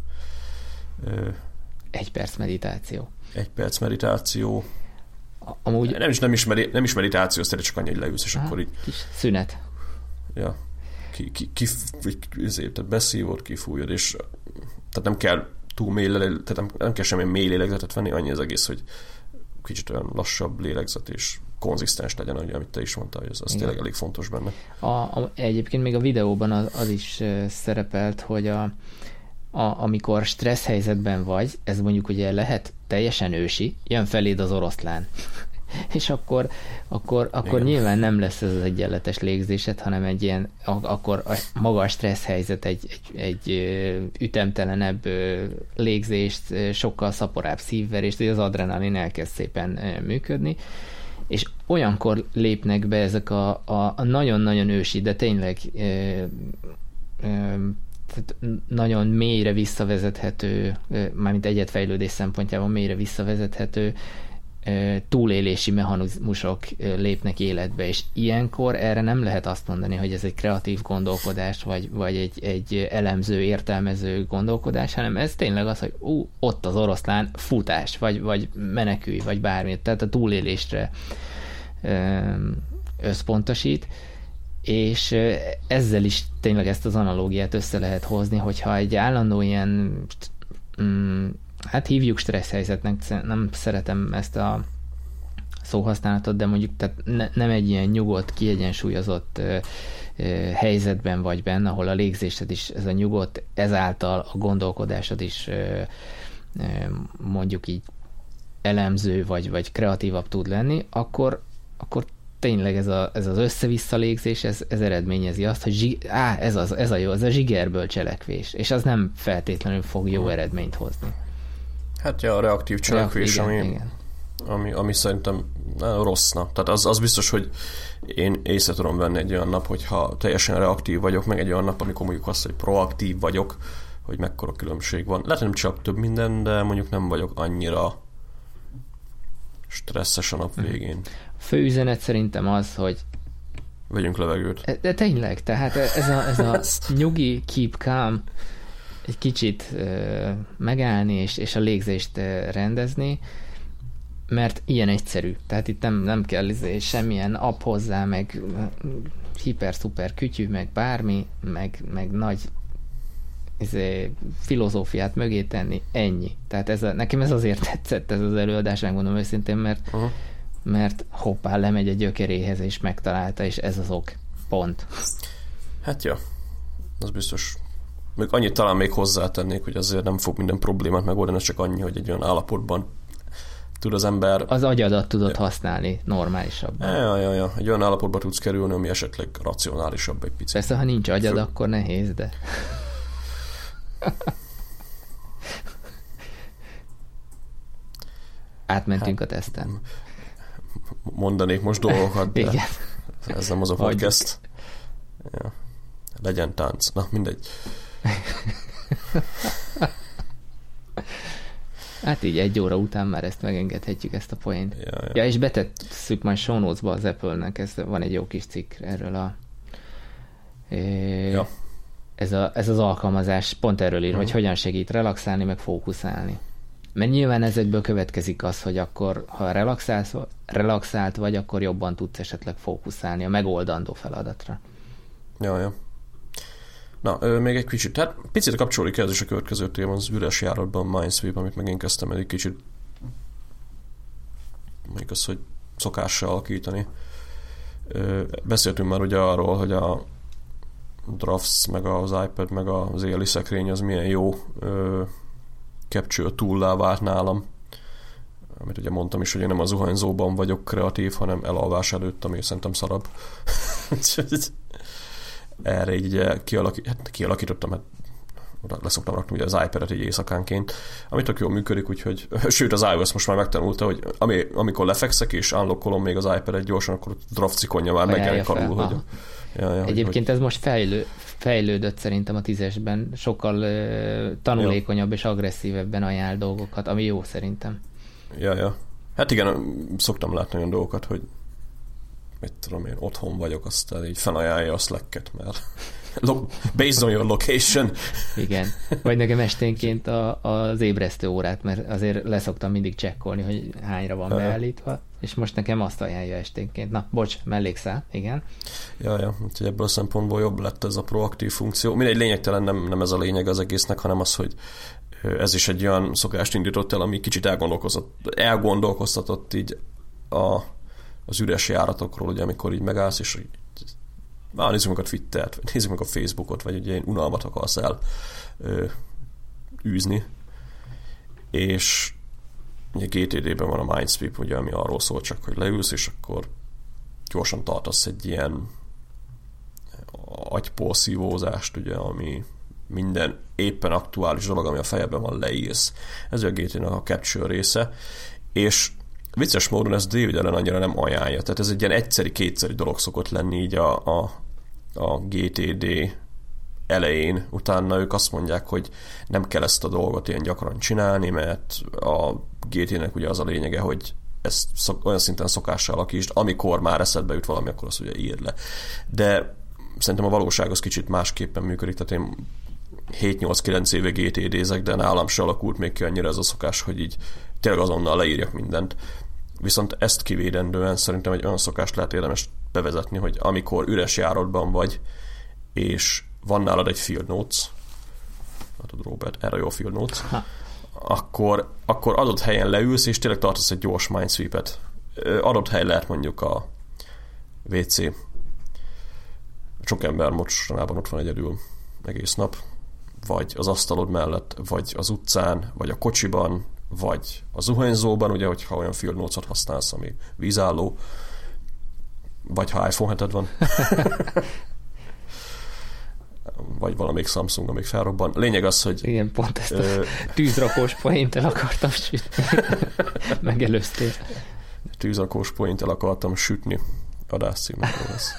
Egy perc meditáció. Egy perc meditáció. Amúgy... Nem is, nem is, medi, nem is meditáció, azt csak annyi, hogy leülsz, és Aha, akkor így... Kis szünet. Ja. Ki, ki, ki, ki, tehát beszívod, kifújod, és tehát nem kell túl mély, tehát nem, nem kell semmi mély lélegzetet venni, annyi az egész, hogy kicsit olyan lassabb lélegzet, és konzisztens legyen, ugye, amit te is mondtál, hogy ez, az tényleg elég fontos benne. A, a, egyébként még a videóban az, az is uh, szerepelt, hogy a, a, amikor stressz helyzetben vagy, ez mondjuk ugye lehet teljesen ősi, jön feléd az oroszlán. És akkor, akkor, akkor nyilván nem lesz ez az egyenletes légzésed, hanem egy ilyen, akkor a, maga a stressz helyzet egy, egy, egy ütemtelenebb légzést, sokkal szaporább szívverést, hogy az adrenalin elkezd szépen működni, és olyankor lépnek be ezek a, a, a nagyon-nagyon ősi, de tényleg e, e, tehát nagyon mélyre visszavezethető, mármint egyetfejlődés szempontjában mélyre visszavezethető túlélési mechanizmusok lépnek életbe, és ilyenkor erre nem lehet azt mondani, hogy ez egy kreatív gondolkodás, vagy, vagy egy, egy elemző, értelmező gondolkodás, hanem ez tényleg az, hogy ú, ott az oroszlán, futás, vagy, vagy menekülj, vagy bármi, tehát a túlélésre összpontosít, és ezzel is tényleg ezt az analógiát össze lehet hozni, hogyha egy állandó ilyen mm, hát hívjuk stressz helyzetnek, nem szeretem ezt a szóhasználatot, de mondjuk tehát ne, nem egy ilyen nyugodt, kiegyensúlyozott ö, ö, helyzetben vagy benne, ahol a légzésed is ez a nyugodt, ezáltal a gondolkodásod is ö, ö, mondjuk így elemző vagy, vagy kreatívabb tud lenni, akkor, akkor tényleg ez, a, ez az össze-vissza légzés, ez, ez eredményezi azt, hogy zsig, á, ez, az, ez a jó, ez a zsigerből cselekvés, és az nem feltétlenül fog jó eredményt hozni. Hát ja, a reaktív cselekvés, igen, ami, igen. Ami, ami szerintem rossz nap. Tehát az, az biztos, hogy én észre tudom venni egy olyan nap, hogyha teljesen reaktív vagyok, meg egy olyan nap, amikor mondjuk azt, hogy proaktív vagyok, hogy mekkora különbség van. Lehet, nem csak több minden, de mondjuk nem vagyok annyira stresszes a nap végén. A fő üzenet szerintem az, hogy vegyünk levegőt. De tényleg, tehát ez a, ez a nyugi, keep calm, egy kicsit uh, megállni és, és a légzést uh, rendezni, mert ilyen egyszerű. Tehát itt nem, nem kell izé, semmilyen app hozzá, meg hiper-szuper kütyű, meg bármi, meg, meg nagy izé, filozófiát mögé tenni, ennyi. Tehát ez a, nekem ez azért tetszett ez az előadás, megmondom őszintén, mert, uh-huh. mert hoppá, lemegy a gyökeréhez, és megtalálta, és ez az ok. Pont. Hát ja, az biztos. Még annyit talán még hozzátennék, hogy azért nem fog minden problémát megoldani, csak annyi, hogy egy olyan állapotban tud az ember... Az agyadat tudod ja. használni normálisabban. Ja, ja, ja. Egy olyan állapotba tudsz kerülni, ami esetleg racionálisabb egy picit. Persze, ha nincs agyad, Fő... akkor nehéz, de... Átmentünk hát, a teszten. Mondanék most dolgokat, de igen. ez nem az a podcast. Ja. Legyen tánc. Na, mindegy. Hát így egy óra után már ezt megengedhetjük, ezt a poént. Ja, ja. ja, és betettük majd show notes-ba az Apple-nek, ez, van egy jó kis cikk erről a... É, ja. ez, a ez az alkalmazás pont erről ír, uh-huh. hogy hogyan segít relaxálni, meg fókuszálni. Mert nyilván ezekből következik az, hogy akkor, ha relaxálsz, relaxált vagy, akkor jobban tudsz esetleg fókuszálni a megoldandó feladatra. Ja, ja. Na, ö, még egy kicsit, tehát picit kapcsolódik ez is a következő téma, az üres járatban Minesweep, amit meg én kezdtem egy kicsit még az, hogy szokással alakítani. Ö, beszéltünk már ugye arról, hogy a Drafts, meg az iPad, meg az éli szekrény az milyen jó ö, capture tool-lá vált nálam. Amit ugye mondtam is, hogy én nem a zuhanyzóban vagyok kreatív, hanem elalvás előtt, ami szerintem szarabb. Erre így kialakít, hát kialakítottam, hát oda leszoktam rakni ugye az iPad-et így éjszakánként, ami tök jól működik, úgyhogy, sőt az iOS most már megtanulta, hogy ami, amikor lefekszek és unlockolom még az iPad-et gyorsan, akkor a draft cikonja már megjelenik alul, hogy... Ja, ja, Egyébként hogy, ez most fejlő, fejlődött szerintem a tízesben, sokkal uh, tanulékonyabb ja. és agresszívebben ajánl dolgokat, ami jó szerintem. Ja, ja. Hát igen, szoktam látni olyan dolgokat, hogy mit tudom én, otthon vagyok, aztán így felajánlja a Slack-et, mert based on your location. Igen. Vagy nekem esténként a, az ébresztő órát, mert azért leszoktam mindig csekkolni, hogy hányra van beállítva, és most nekem azt ajánlja esténként. Na, bocs, mellékszál, igen. Ja, ja, úgyhogy ebből a szempontból jobb lett ez a proaktív funkció. Mindegy, lényegtelen nem, nem ez a lényeg az egésznek, hanem az, hogy ez is egy olyan szokást indított el, ami kicsit elgondolkoztatott, elgondolkoztatott így a, az üres járatokról, ugye, amikor így megállsz, és így, á, nézzük meg a Twittert, vagy nézzük meg a Facebookot, vagy ugye unalmat akarsz el ö, űzni. És ugye gé té dé-ben van a Minesweep, ugye, ami arról szól csak, hogy leülsz, és akkor gyorsan tartasz egy ilyen agyporszívózást, ugye, ami minden éppen aktuális dolog, ami a fejedben van, leírsz. Ez a gé té dé-nek a capture része, és vicces módon ez David Allen annyira nem ajánlja. Tehát ez egy ilyen egyszeri-kétszeri dolog szokott lenni így a, a, a gé té dé elején. Utána ők azt mondják, hogy nem kell ezt a dolgot ilyen gyakran csinálni, mert a gé té dé-nek ugye az a lényege, hogy ezt szok, olyan szinten szokással alakítsd, amikor már eszedbe jut valami, akkor azt ugye írd le. De szerintem a valóság az kicsit másképpen működik, tehát én hét-nyolc-kilenc éve gé té dé-zek, de nálam se alakult még ki annyira ez a szokás, hogy így tényleg azonnal leírjak mindent. Viszont ezt kivédendően szerintem egy olyan szokást lehet érdemes bevezetni, hogy amikor üres járatban vagy, és van nálad egy Field Notes, látod Robert, erre jó Field Notes, akkor, akkor adott helyen leülsz, és tényleg tartasz egy gyors Minesweep-et. Adott hely lehet mondjuk a vé cé. Sok ember mostanában ott van egyedül egész nap, vagy az asztalod mellett, vagy az utcán, vagy a kocsiban, vagy a zuhanyzóban, ugye, hogyha olyan Field Notes-ot használsz, ami vízálló, vagy ha iPhone heted van, vagy valamelyik Samsung, amíg felrobban. Lényeg az, hogy... Igen, pont ezt ö... a tűzrakós poént el akartam sütni. Megelőztél. Tűzrakós poént el akartam sütni. Adás címekről lesz.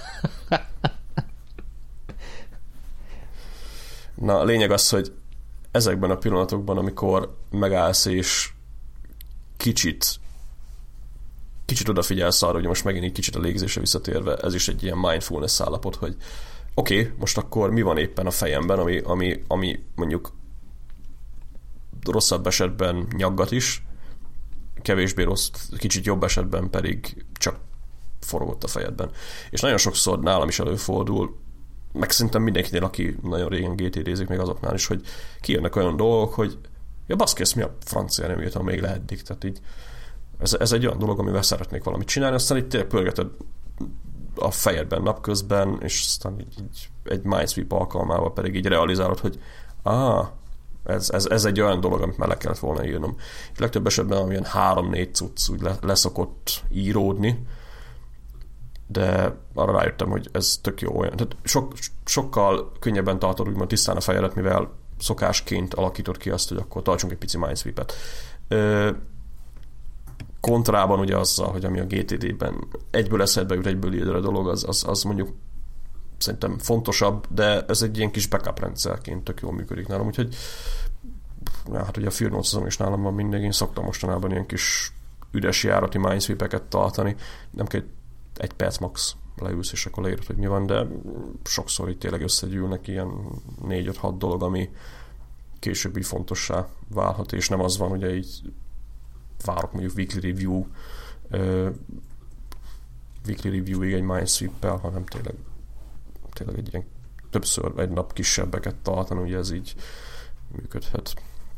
Na, a lényeg az, hogy ezekben a pillanatokban, amikor megállsz és kicsit kicsit odafigyelsz arra, hogy most megint egy kicsit a légzésre visszatérve, ez is egy ilyen mindfulness állapot, hogy oké, okay, most akkor mi van éppen a fejemben, ami, ami, ami mondjuk rosszabb esetben nyaggat is, kevésbé rossz, kicsit jobb esetben pedig csak forogott a fejedben. És nagyon sokszor nálam is előfordul, meg szerintem mindenkinél, aki nagyon régen gé té dé-zik, még azoknál is, hogy kijönnek olyan dolgok, hogy ja baszki, ezt mi a francia nem írtam még le eddig. Tehát így ez, ez egy olyan dolog, amivel szeretnék valamit csinálni, aztán így tényleg pörgeted a fejedben napközben, és aztán így, így egy Minesweep alkalmával pedig így realizálod, hogy ah, ez, ez, ez egy olyan dolog, amit már le kellett volna írnom. És legtöbb esetben olyan három-négy cucc úgy le, leszokott íródni, de arra rájöttem, hogy ez tök jó olyan. Tehát sok, sokkal könnyebben tartod úgymond tisztán a fejedet, mivel szokásként alakítod ki azt, hogy akkor tartsunk egy pici Minesweep-et. Ö, kontrában ugye azzal, hogy ami a gé té dé-ben egyből eszedbe jut, egyből írd a dolog, az, az, az mondjuk szerintem fontosabb, de ez egy ilyen kis backup rendszerként tök jól működik nálam, úgyhogy ja, hát ugye a Field Notes azon is nálam van mindig, én szoktam mostanában ilyen kis üres járati Minesweep-eket tartani, nem kell egy perc max leülsz, és akkor leírod, hogy mi van, de sokszor itt tényleg összegyűlnek ilyen négy-öt-hat dolog, ami később így fontossá válhat, és nem az van, ugye így várok mondjuk weekly review uh, weekly review-ig egy Minesweep-el, hanem tényleg, tényleg egy ilyen többször egy nap kisebbeket tartani, ugye ez így működhet.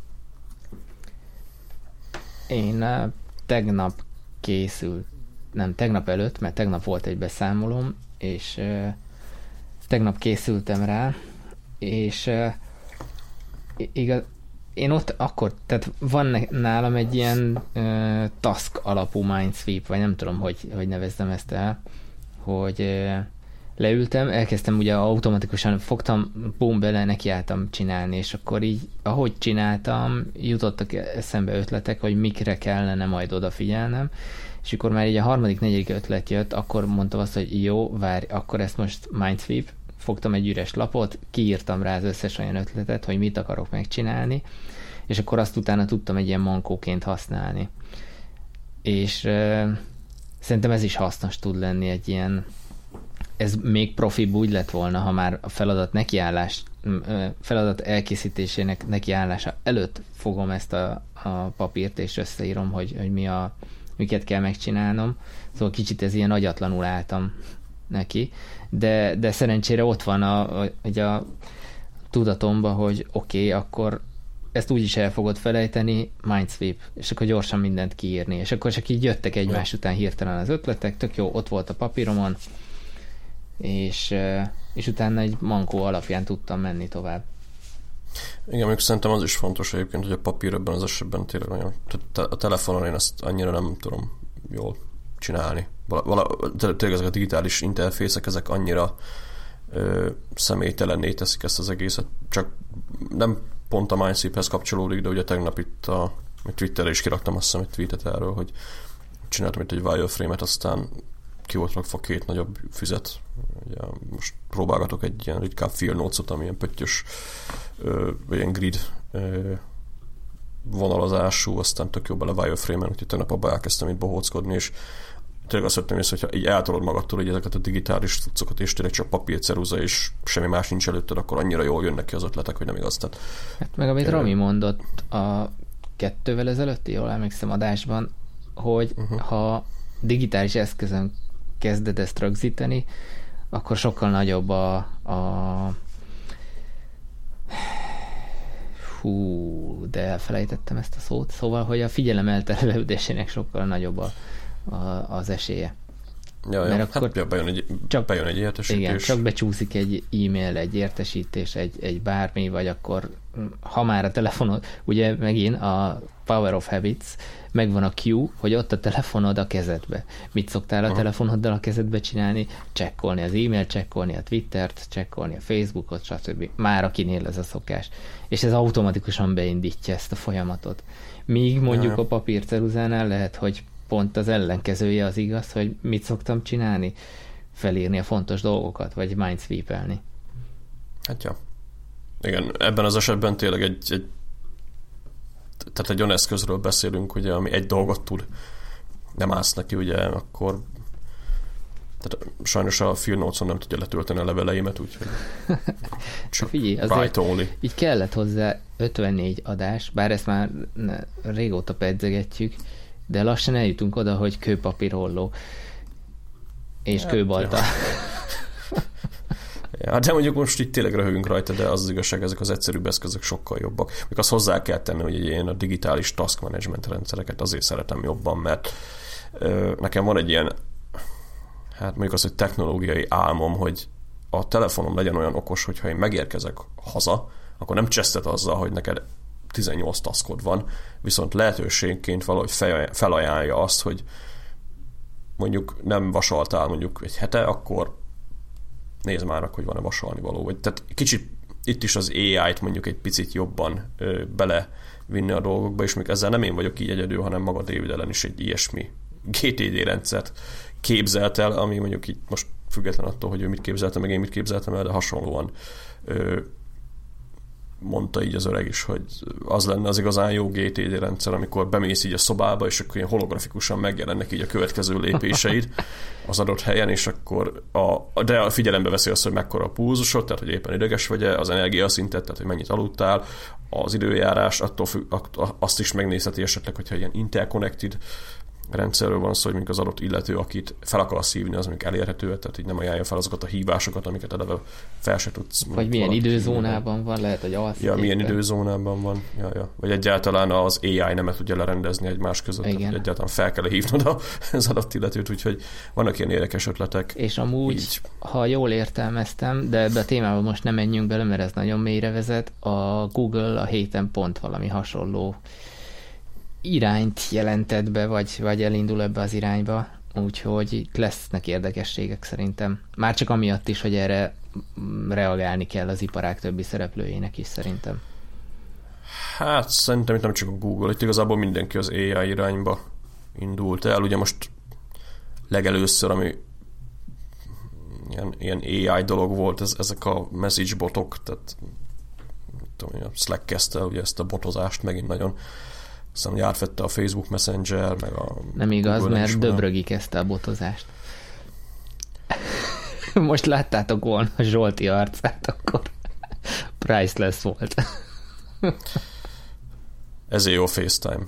Én tegnap készült, nem, tegnap előtt, mert tegnap volt egy beszámolóm, és uh, tegnap készültem rá, és uh, igaz, én ott akkor, tehát van nálam egy ilyen uh, task alapú Mindsweep, vagy nem tudom, hogy, hogy nevezzem ezt el, hogy uh, leültem, elkezdtem ugye automatikusan, fogtam, bum, bele nekiálltam csinálni, és akkor így, ahogy csináltam, jutottak eszembe ötletek, hogy mikre kellene majd odafigyelnem, és akkor már így a harmadik, negyedik ötlet jött, akkor mondtam azt, hogy jó, várj, akkor ezt most Mindsweep, fogtam egy üres lapot, kiírtam rá az összes olyan ötletet, hogy mit akarok megcsinálni, és akkor azt utána tudtam egy ilyen mankóként használni. És euh, szerintem ez is hasznos tud lenni egy ilyen, ez még profibb úgy lett volna, ha már a feladat nekiállás, feladat elkészítésének nekiállása előtt fogom ezt a, a papírt, és összeírom, hogy, hogy mi a, miket kell megcsinálnom. Szóval kicsit ez ilyen agyatlanul álltam neki, de, de szerencsére ott van a, a, a tudatomban, hogy oké, okay, akkor ezt úgy is el fogod felejteni, Mindsweep, és akkor gyorsan mindent kiírni, és akkor csak így jöttek egymás után hirtelen az ötletek, tök jó, ott volt a papíromon, és, és utána egy mankó alapján tudtam menni tovább. Igen, még szerintem az is fontos egyébként, hogy a papír ebben az esetben tényleg nagyon, a telefonon én ezt annyira nem tudom jól csinálni. Vala, tényleg ezek a digitális interfészek, ezek annyira ö, személytelenné teszik ezt az egészet. Csak nem pont a Mindsweephez kapcsolódik, de ugye tegnap itt a Twitterre is kiraktam azt hiszem egy tweetet erről, hogy csináltam itt egy wireframe-et, aztán ki volt rakva két nagyobb füzet. Ugye most próbálgatok egy ilyen ritkább field notes-ot, ami ilyen pöttyös, ö, vagy ilyen grid ö, vonalazású, aztán tök jobb bele wireframe-en, úgyhogy tegnap abba elkezdtem itt bohóckodni, és tényleg azt vettem észre, hogyha így eltolod magadtól hogy ezeket a digitális cuccokat, és tényleg csak papír, ceruza, és semmi más nincs előtted, akkor annyira jól jönnek ki az ötletek, hogy nem igaz. Tehát, hát meg amit én... Rami mondott a kettővel ezelőtti, jól emlékszem adásban, hogy uh-huh. ha digitális eszközön kezded ezt rögzíteni, akkor sokkal nagyobb a, a hú, de elfelejtettem ezt a szót, szóval, hogy a figyelem elterelődésének sokkal nagyobb a, a, az esélye. Ja, ja. Mert akkor hát bejön egy, csak, bejön egy értesítés. Igen, csak becsúszik egy e-mail, egy értesítés, egy, egy bármi, vagy akkor ha már a telefonod, ugye megint a Power of Habits, megvan a cue, hogy ott a telefonod a kezedbe. Mit szoktál a Aha. telefonoddal a kezedbe csinálni? Csekkolni az e-mail, csekkolni a Twittert, csekkolni a Facebookot, stb. Már akinél ez a szokás. És ez automatikusan beindítja ezt a folyamatot. Míg mondjuk ja. a papírceruzánál lehet, hogy pont az ellenkezője az igaz, hogy mit szoktam csinálni? Felírni a fontos dolgokat, vagy mindsweep-elni. Hát ja. Igen, ebben az esetben tényleg egy, egy tehát egy olyan eszközről beszélünk, ugye, ami egy dolgot tud, nem állsz neki, ugye, akkor tehát sajnos a Field Notes-on nem tudja letölteni a leveleimet, úgyhogy csak figyelj, azért így kellett hozzá ötvennégy adás, bár ezt már régóta pedzegetjük, de lassan eljutunk oda, hogy kőpapír holló és hát, kőbalta. Ja. Ja, de mondjuk most így tényleg röhögünk rajta, de az az igazság, ezek az egyszerűbb eszközök sokkal jobbak. Még azt hozzá kell tenni, hogy én a digitális task management rendszereket azért szeretem jobban, mert ö, nekem van egy ilyen, hát mondjuk az, hogy technológiai álmom, hogy a telefonom legyen olyan okos, hogyha én megérkezek haza, akkor nem csesztet azzal, hogy neked tizennyolc taskod van, viszont lehetőségként valahogy felajánlja azt, hogy mondjuk nem vasaltál mondjuk egy hete, akkor nézd már meg, hogy van-e vasalni való. Vagy, tehát kicsit itt is az á í-t mondjuk egy picit jobban ö, belevinni a dolgokba, és még ezzel nem én vagyok így egyedül, hanem maga David Allen is egy ilyesmi gé té dé rendszert képzelt el, ami mondjuk itt most független attól, hogy ő mit képzeltem, meg én mit képzeltem el, de hasonlóan ö, mondta így az öreg is, hogy az lenne az igazán jó gé té dé rendszer, amikor bemész így a szobába, és akkor ilyen holografikusan megjelennek így a következő lépéseid az adott helyen, és akkor a, de figyelembe veszi azt, hogy mekkora a pulzusod, tehát hogy éppen ideges vagy-e, az energiaszintet, tehát hogy mennyit aludtál, az időjárás, attól függ, azt is megnézheti esetleg, hogyha ilyen interconnected rendszerről van szó, hogy mondjuk az adott illető, akit fel akarsz hívni, az mondjuk elérhető, tehát így nem ajánlja fel azokat a hívásokat, amiket eleve fel se tudsz. Vagy milyen időzónában hívni. Van, lehet, hogy alszik. Ja, milyen időzónában van. Ja, ja. Vagy egyáltalán az á i nem tudja lerendezni egymás között, igen. Tehát egyáltalán fel kell hívnod az adott illetőt, úgyhogy vannak ilyen érdekes ötletek. És amúgy, így. Ha jól értelmeztem, de ebbe a témába most nem menjünk bele, mert ez nagyon mélyre vezet, a Google a héten pont valami hasonló irányt jelentett be, vagy, vagy elindul ebbe az irányba, úgyhogy itt lesznek érdekességek szerintem. Már csak amiatt is, hogy erre reagálni kell az iparág többi szereplőjének is szerintem. Hát szerintem itt nem csak a Google, itt igazából mindenki az á i irányba indult el. Ugye most legelőször, ami ilyen, ilyen á i dolog volt, ez, ezek a message botok, tehát tudom, a Slack kezdte ugye ezt a botozást megint nagyon. Aztán ugye átvette a Facebook Messenger, meg a nem igaz, Google mert Döbrögi kezdte a botozást. Most láttátok volna a Zsolti arcát, akkor priceless volt. Ezért jó FaceTime.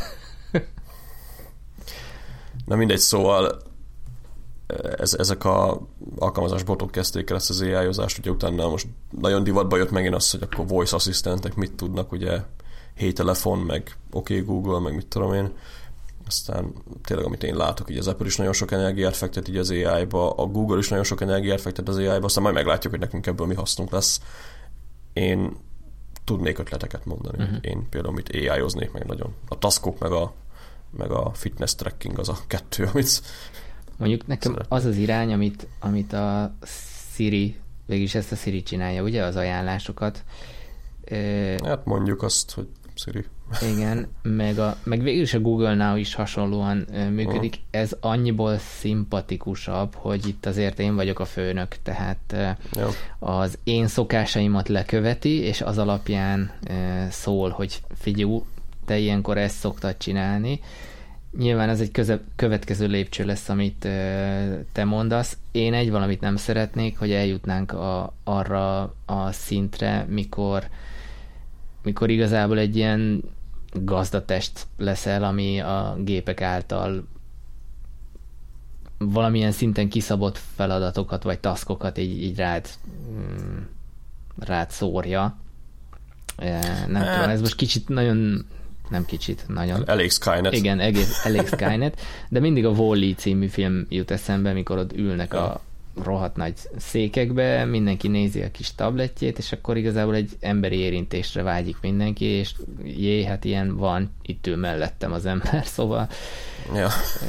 Na mindegy, szóval ez, ezek a alkalmazás botok kezdték el ezt az á i-ozást, ugye utána most nagyon divatba jött megint az, hogy akkor voice asszisztentek mit tudnak, ugye Hey Telefon, meg OK Google, meg mit tudom én. Aztán tényleg, amit én látok, így az Apple is nagyon sok energiát fektet így az á i-ba, a Google is nagyon sok energiát fektet az á i-ba, aztán majd meglátjuk, hogy nekünk ebből mi hasznunk lesz. Én tudnék ötleteket mondani. Uh-huh. Én például mit á i-oznék meg nagyon. A taskok meg a, meg a fitness tracking az a kettő, amit mondjuk nekem szeretném. Az az irány, amit, amit a Siri, végülis ezt a Siri csinálja, ugye, az ajánlásokat. Hát mondjuk azt, hogy Siri. Igen, meg, a, meg végül is a Google Now is hasonlóan működik. Uh-huh. Ez annyiból szimpatikusabb, hogy itt azért én vagyok a főnök, tehát ja. Az én szokásaimat leköveti, és az alapján szól, hogy figyelj, te ilyenkor ezt szoktad csinálni. Nyilván ez egy köze- következő lépcső lesz, amit te mondasz. Én egy valamit nem szeretnék, hogy eljutnánk a, arra a szintre, mikor mikor igazából egy ilyen gazdatest leszel, ami a gépek által valamilyen szinten kiszabott feladatokat, vagy taskokat így, így rád, rád szórja. Nem hát. tudom, ez most kicsit nagyon, nem kicsit, nagyon. Elég Skynet. Igen, egész, elég Skynet, de mindig a Wall-E című film jut eszembe, mikor ott ülnek ja. a rohadt nagy székekbe, mindenki nézi a kis tabletjét, és akkor igazából egy emberi érintésre vágyik mindenki, és jé, hát ilyen van, itt ül mellettem az ember, szóval ja.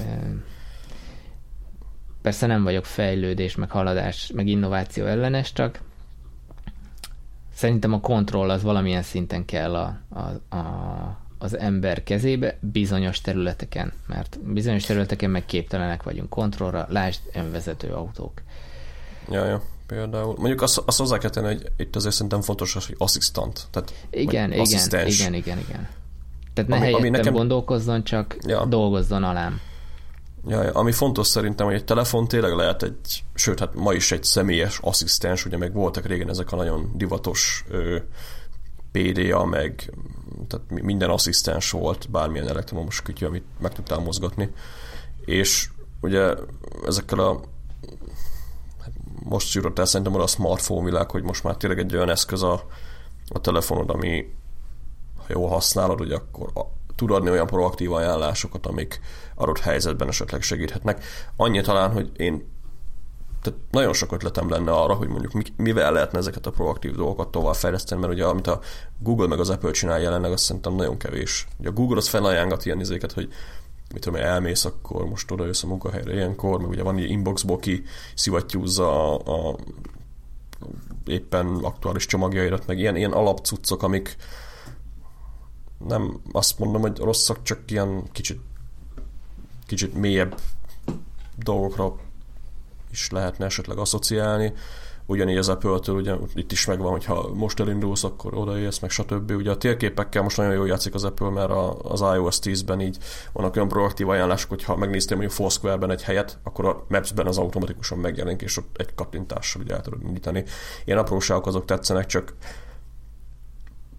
Persze nem vagyok fejlődés, meg haladás, meg innováció ellenes, csak szerintem a kontroll az valamilyen szinten kell a, a, a, az ember kezébe bizonyos területeken, mert bizonyos területeken meg képtelenek vagyunk kontrollra, lásd önvezető autók. Ja, ja, például. Mondjuk azt, azt hozzá kell tenni, hogy itt azért szerintem fontos az, hogy asszisztant. Tehát, igen, igen, asszisztens. igen, igen, igen. Tehát ne ami, helyettem ami nekem... gondolkozzon, csak ja. dolgozzon alám. Ja, ami fontos szerintem, hogy egy telefon tényleg lehet egy, sőt, hát ma is egy személyes asszisztens, ugye meg voltak régen ezek a nagyon divatos ö, pé dé á, meg tehát minden asszisztens volt, bármilyen elektromos kütyű, amit meg tudtál mozgatni. És ugye ezekkel a hát most jutott el szerintem oda a smartphone világ, hogy most már tényleg egy olyan eszköz a, a telefonod, ami ha jól használod, ugye akkor a, tud adni olyan proaktív ajánlásokat, amik adott helyzetben esetleg segíthetnek. Annyi talán, hogy én tehát nagyon sok ötletem lenne arra, hogy mondjuk mivel lehetne ezeket a proaktív dolgokat továbbfejleszteni, mert ugye amit a Google meg az Apple csinál jelenleg, azt szerintem nagyon kevés. Ugye a Google az felajánlgat ilyen izéket, hogy mit tudom, elmész, akkor most oda jössz a munkahelyre ilyenkor, meg ugye van ilyen inboxból ki szivattyúzza a, a éppen aktuális csomagjairat, meg ilyen, ilyen alapcuccok, amik nem azt mondom, hogy rosszak, csak ilyen kicsit kicsit mélyebb dolgokra is lehetne esetleg asszociálni. Ugyanígy az Apple-től, ugye itt is megvan, hogyha most elindulsz, akkor odaérsz, meg stb. Ugye a térképekkel most nagyon jól játszik az Apple, mert az iOS tízben így vannak olyan proaktív ajánlások, hogyha megnéztél mondjuk Foursquare-ben egy helyet, akkor a Maps-ben az automatikusan megjelenik, és ott egy kattintással ugye el tudod indítani. Ilyen apróságok azok tetszenek, csak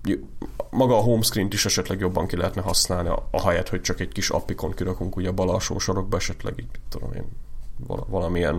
maga a home screen-t is esetleg jobban ki lehetne használni, ahelyett, hogy csak egy kis appikon kirakunk ugye a bal alsó sorokba, esetleg így, tudom én, valamilyen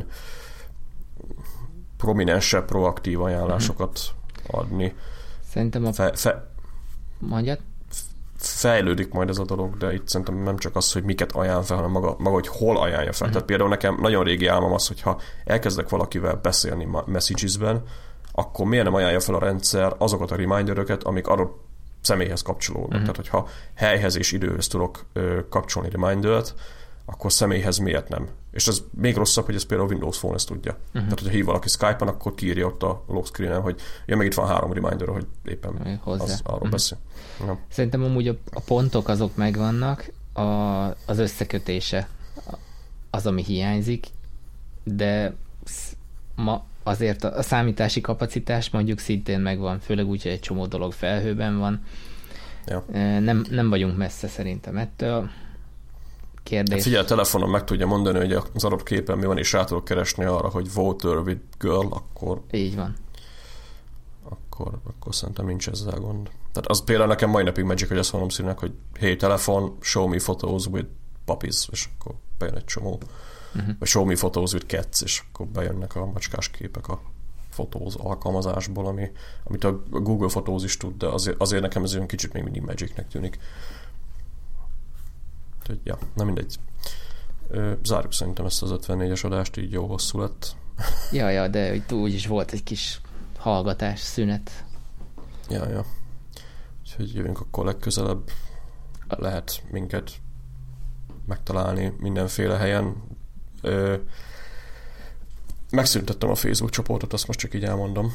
prominensebb, proaktív ajánlásokat adni. Szerintem a... Fe, fe, Mondjad? Fejlődik majd ez a dolog, de itt szerintem nem csak az, hogy miket ajánl fel, hanem maga, maga hogy hol ajánlja fel. Uh-huh. Tehát például nekem nagyon régi álmom az, hogyha elkezdek valakivel beszélni Messages-ben, akkor miért nem ajánlja fel a rendszer azokat a reminderöket, amik adott személyhez kapcsolódnak. Uh-huh. Tehát, hogyha helyhez és időhöz tudok ö, kapcsolni remindert, akkor személyhez miért nem? És ez még rosszabb, hogy ez például a Windows Phone ezt tudja. Uh-huh. Tehát, hogyha hív valaki Skype-on, akkor kiírja ott a lock screen-en, hogy ja, meg itt van három reminder, hogy éppen az, arról uh-huh. beszél. Ja. Szerintem amúgy a, a pontok azok megvannak, a, az összekötése az, ami hiányzik, de ma azért a, a számítási kapacitás mondjuk szintén megvan, főleg úgy, hogy egy csomó dolog felhőben van. Ja. Nem, nem vagyunk messze szerintem ettől. Kérdés. Hát figyelj, a telefonon meg tudja mondani, hogy az adott képen mi van, és rá tudok keresni arra, hogy water with girl, akkor... Így van. Akkor, akkor szerintem nincs ezzel gond. Tehát az például nekem mai napig magic, hogy azt mondom színnek, hogy hey, telefon, show me photos with puppies, és akkor bejön egy csomó. Uh-huh. Vagy show me photos with cats, és akkor bejönnek a macskás képek a Photos alkalmazásból, ami, amit a Google Photos is tud, de azért, azért nekem ez olyan kicsit még mindig magicnek tűnik. Úgyhogy, ja, nem mindegy. Zárjuk szerintem ezt az ötvennégyes adást, így jó hosszú lett. Ja, ja, de itt úgy is volt egy kis hallgatás, szünet. Ja, ja. Úgyhogy jövünk akkor legközelebb. Lehet minket megtalálni mindenféle helyen. Ö, megszüntettem a Facebook csoportot, azt most csak így elmondom.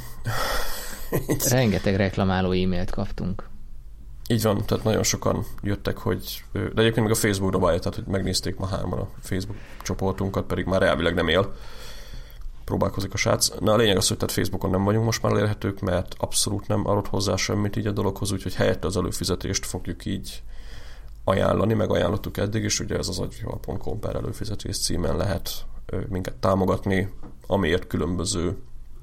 Rengeteg reklamáló e-mailt kaptunk. Így van, tehát nagyon sokan jöttek, hogy... De egyébként meg a Facebook dobálja, tehát hogy megnézték ma hárman a Facebook csoportunkat, pedig már elvileg nem él. Próbálkozik a srác. Na a lényeg az, hogy tehát Facebookon nem vagyunk most már elérhetők, mert abszolút nem adott hozzá semmit így a dologhoz, úgyhogy helyette az előfizetést fogjuk így ajánlani, meg ajánlottuk eddig is, ugye ez az agyvihar pont com per előfizetés címen lehet minket támogatni, amiért különböző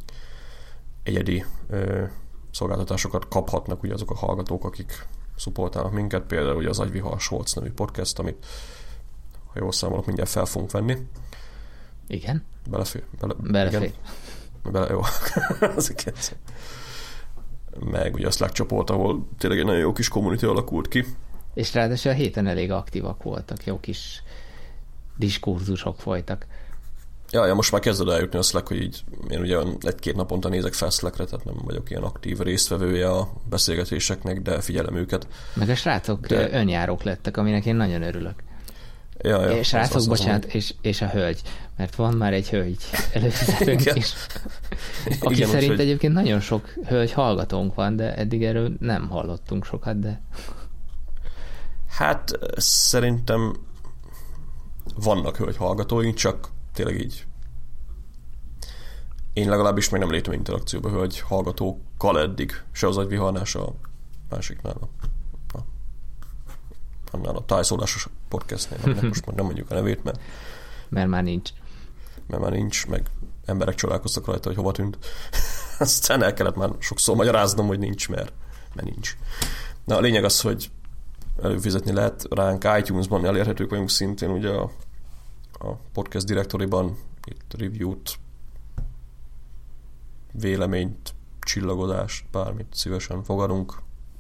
egyedi ö, szolgáltatásokat kaphatnak ugye azok a hallgatók, akik szupportálnak minket, például ugye az Agyvihar Solc nevű podcast, amit ha jól számolok, mindjárt fel fogunk venni. Igen? Belefér. Bele, Belefér. Igen. Bele, jó. Meg ugye a Slack csoport, ahol tényleg egy nagyon jó kis community alakult ki. És ráadásul a héten elég aktívak voltak, jó kis diskurzusok folytak. Ja, ja, most már kezded eljutni a Slack, hogy így én ugye egy-két naponta nézek fel Slackre, tehát nem vagyok ilyen aktív résztvevője a beszélgetéseknek, de figyelem őket. Meg a srácok de... önjárók lettek, aminek én nagyon örülök. Ja, ja, és srácok, az, az, bocsánat, az és, és a hölgy, mert van már egy hölgy előfizetőnk is. Aki igen, szerint hogy... egyébként nagyon sok hölgy hallgatónk van, de eddig erről nem hallottunk sokat, de... Hát szerintem vannak hölgy hallgatóink, csak tényleg így én legalábbis még nem létem interakcióba hölgy hallgatókkal eddig, se az Agyviharnál, se a másiknál, a, a, annál a tájszólásos podcastnél, aminek most már nem mondjuk a nevét, mert mert már nincs. Mert már nincs, meg emberek csodálkoztak rajta, hogy hova tűnt. Aztán el kellett már sokszor magyaráznom, hogy nincs, mert, mert nincs. Na a lényeg az, hogy előfizetni lehet ránk, iTunes-ban elérhetők vagyunk szintén, ugye a, a podcast direktoriban, itt review-t, véleményt, csillagodást, bármit szívesen fogadunk.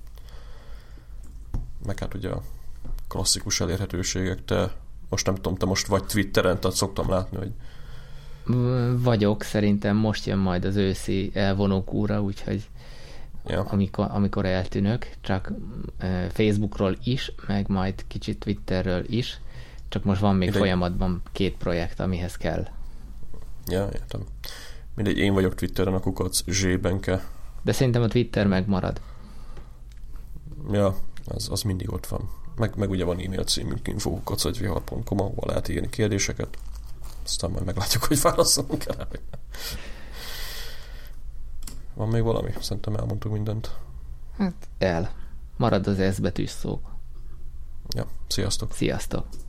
Meg hát ugye a klasszikus elérhetőségek, te most nem tudom, te most vagy Twitteren, tehát szoktam látni, hogy vagyok, szerintem most jön majd az őszi elvonókúra, úgyhogy ja. amikor, amikor eltűnök, csak Facebookról is, meg majd kicsit Twitterről is, csak most van még Mindegy. folyamatban két projekt, amihez kell. Ja, értem. Mindegy, én vagyok Twitteren, a kukac zsébenke. De szerintem a Twitter megmarad. Ja, az, az mindig ott van. Meg, meg ugye van e-mail címünk info kukac agyvihar pont com, ahol lehet írni kérdéseket. Aztán majd meglátjuk, hogy válaszolunk el. Van még valami? Szerintem elmondtuk mindent. Hát el. Marad az S betűs szó. Ja, sziasztok. Sziasztok.